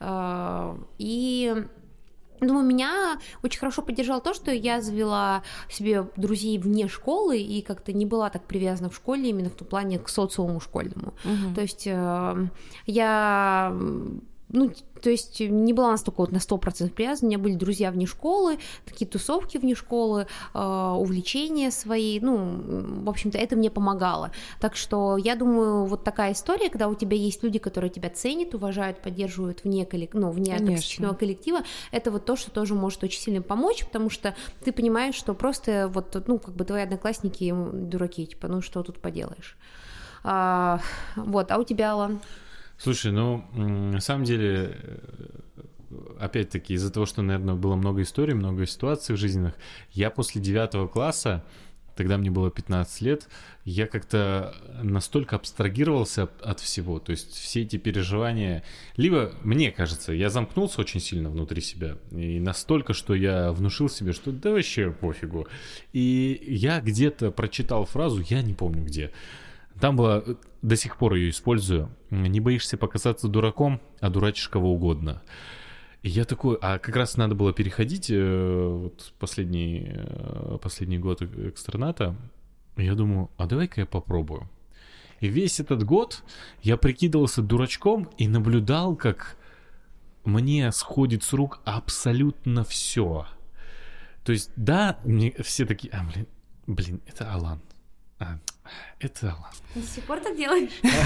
И... Думаю, меня очень хорошо поддержало то, что я завела себе друзей вне школы и как-то не была так привязана в школе именно в том плане к социуму школьному. Uh-huh. То есть э, я... Ну, то есть не была настолько вот на сто процентов привязана, у меня были друзья вне школы, такие тусовки вне школы, э, увлечения свои, ну, в общем-то, это мне помогало. Так что я думаю, вот такая история, когда у тебя есть люди, которые тебя ценят, уважают, поддерживают вне, коллек... ну, вне токсичного коллектива, это вот то, что тоже может очень сильно помочь, потому что ты понимаешь, что просто вот, ну, как бы твои одноклассники дураки, типа, ну, что тут поделаешь. А, вот, а у тебя, Алан? Слушай, ну, на самом деле, опять-таки, из-за того, что, наверное, было много историй, много ситуаций в жизненных, я после девятого класса, тогда мне было пятнадцать лет, я как-то настолько абстрагировался от всего, то есть все эти переживания, либо, мне кажется, я замкнулся очень сильно внутри себя, и настолько, что я внушил себе, что да вообще пофигу, и я где-то прочитал фразу, я не помню где, там было, до сих пор ее использую, не боишься показаться дураком, а дурачишь кого угодно. И я такой, а как раз надо было переходить, вот последний, последний год экстерната, и я думаю, а давай-ка я попробую. И весь этот год я прикидывался дурачком и наблюдал, как мне сходит с рук абсолютно все. То есть, да, мне все такие, а, блин, блин, это Алан. А, это Алан. Ты до сих пор так делаешь?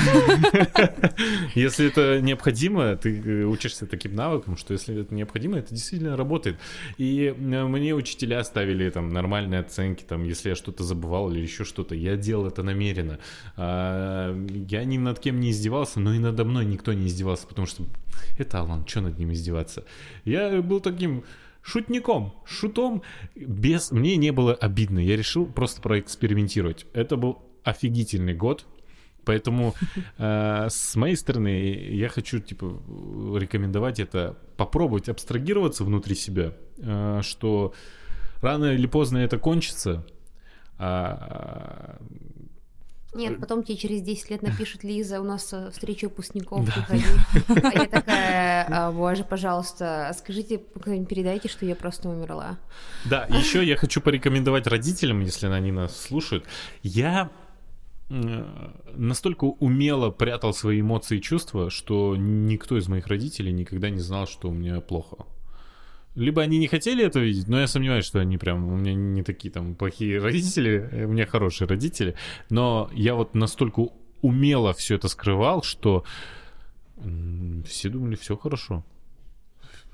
Если это необходимо, ты учишься таким навыкам, что если это необходимо, это действительно работает. И мне учителя ставили там нормальные оценки, там, если я что-то забывал или еще что-то, я делал это намеренно. Я ни над кем не издевался, но и надо мной никто не издевался, потому что это Алан, что над ним издеваться? Я был таким... шутником, шутом, без... Мне не было обидно, я решил просто проэкспериментировать. Это был офигительный год, поэтому э, с моей стороны я хочу, типа, рекомендовать это, попробовать абстрагироваться внутри себя, э, что рано или поздно это кончится. А... Нет, потом тебе через десять лет напишут: Лиза, у нас встреча выпускников, приходи. А я такая, боже, пожалуйста, скажите, кто-нибудь передайте, что я просто умерла. Да, еще я хочу порекомендовать родителям, если они нас слушают. Я настолько умело прятал свои эмоции и чувства, что никто из моих родителей никогда не знал, что у меня плохо. Либо они не хотели это видеть, но я сомневаюсь, что они прям... У меня не такие там плохие родители, у меня хорошие родители. Но я вот настолько умело все это скрывал, что все думали, все хорошо.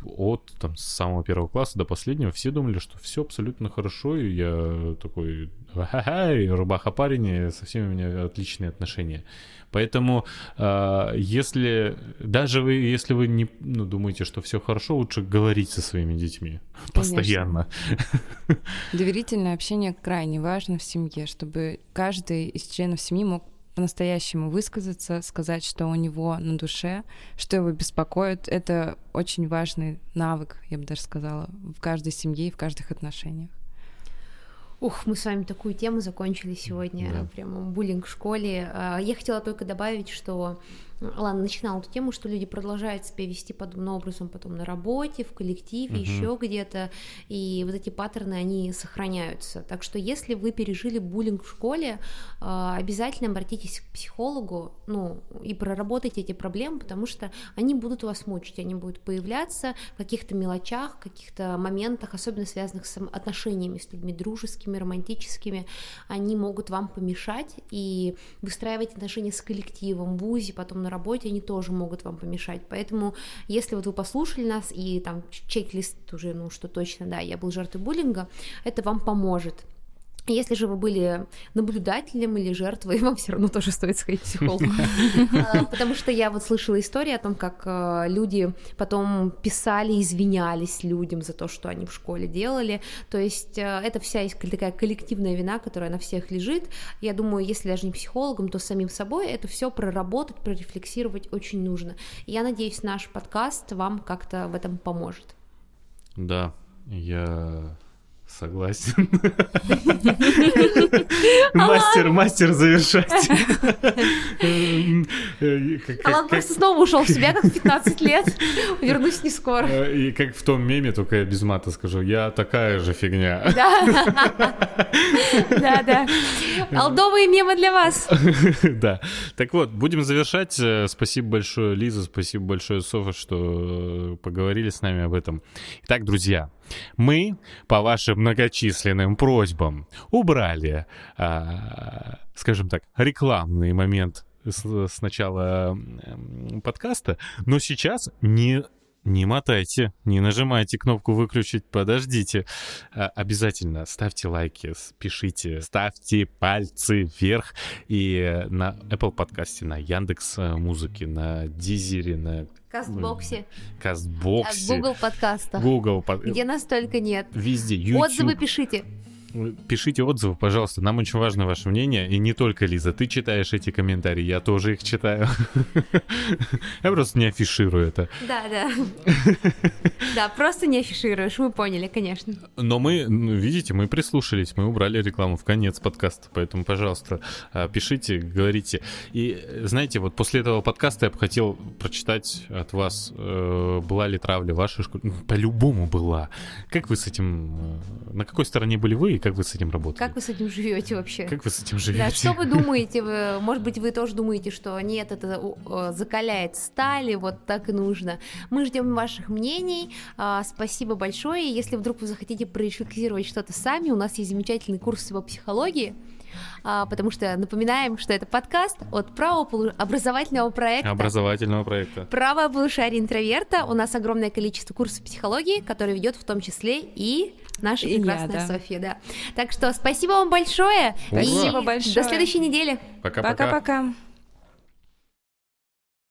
от там, с самого первого класса до последнего все думали, что все абсолютно хорошо, и я такой, ха-ха, рубаха парень, и со всеми у меня отличные отношения. Поэтому, э, если даже вы, если вы не ну, думаете, что все хорошо, лучше говорить со своими детьми. Конечно. Постоянно. Доверительное общение крайне важно в семье, чтобы каждый из членов семьи мог по-настоящему высказаться, сказать, что у него на душе, что его беспокоит. Это очень важный навык, я бы даже сказала, в каждой семье и в каждых отношениях. Ух, мы с вами такую тему закончили сегодня, да. Прямо буллинг в школе. Я хотела только добавить, что Ладно, начинала эту тему, что люди продолжают себя вести подобным образом потом на работе, в коллективе, uh-huh. еще где-то, и вот эти паттерны, они сохраняются. Так что если вы пережили буллинг в школе, обязательно обратитесь к психологу, ну, и проработайте эти проблемы, потому что они будут вас мучить, они будут появляться в каких-то мелочах, в каких-то моментах, особенно связанных с отношениями с людьми, дружескими, романтическими, они могут вам помешать, и выстраивать отношения с коллективом, в вузе, потом на работе, они тоже могут вам помешать. Поэтому, если вот вы послушали нас и там чек-лист уже, ну, что точно, да, я был жертвой буллинга, это вам поможет. Если же вы были наблюдателем или жертвой, вам все равно тоже стоит сходить к психологу. Потому что я вот слышала истории о том, как люди потом писали, извинялись людям за то, что они в школе делали. То есть это вся есть такая коллективная вина, которая на всех лежит. Я думаю, если даже не психологом, то самим собой это все проработать, прорефлексировать очень нужно. И я надеюсь, наш подкаст вам как-то в этом поможет. Да, я... Согласен. Мастер, мастер завершать. Алан просто снова ушел в себя, как в пятнадцать лет. Вернусь не скоро. И как в том меме, только я без мата скажу, я такая же фигня. Да, да. Алдовые мемы для вас. Да. Так вот, будем завершать. Спасибо большое, Лиза, спасибо большое, Софа, что поговорили с нами об этом. Итак, друзья, мы, по вашим многочисленным просьбам, убрали, а, скажем так, рекламный момент с, с начала подкаста, но сейчас не... Не мотайте, не нажимайте кнопку «Выключить», подождите. Обязательно ставьте лайки, пишите, ставьте пальцы вверх. И на Apple подкасте, на Яндекс.Музыке, на Дизере, на... Кастбоксе. Кастбоксе. Google подкастах. Google под... Где нас только нет. Везде. YouTube. Отзывы пишите. Пишите отзывы, пожалуйста, нам очень важно ваше мнение. И не только, Лиза, ты читаешь эти комментарии, я тоже их читаю. Я просто не афиширую это. Да, да. Да, просто не афишируешь, мы поняли, конечно. Но мы, видите, мы прислушались, мы убрали рекламу в конец подкаста, поэтому, пожалуйста, пишите, говорите. И, знаете, вот после этого подкаста я бы хотел прочитать от вас, была ли травля в вашей школе. По-любому была. Как вы с этим, на какой стороне были вы? Как вы с этим работаете? Как вы с этим живете вообще? Как вы с этим живете? Да, что вы думаете? Вы, может быть, вы тоже думаете, что нет, это о, закаляет стали, вот так и нужно. Мы ждем ваших мнений. А, спасибо большое. Если вдруг вы захотите прорефлексировать что-то сами, у нас есть замечательный курс по психологии. А, потому что напоминаем, что это подкаст от правообразовательного проекта. Образовательного проекта. Правое полушарие интроверта. У нас огромное количество курсов психологии, которые ведет в том числе и наша и прекрасная я, да. Софья. Да. Так что спасибо вам большое. Спасибо и большое. До следующей недели. Пока-пока. Пока-пока.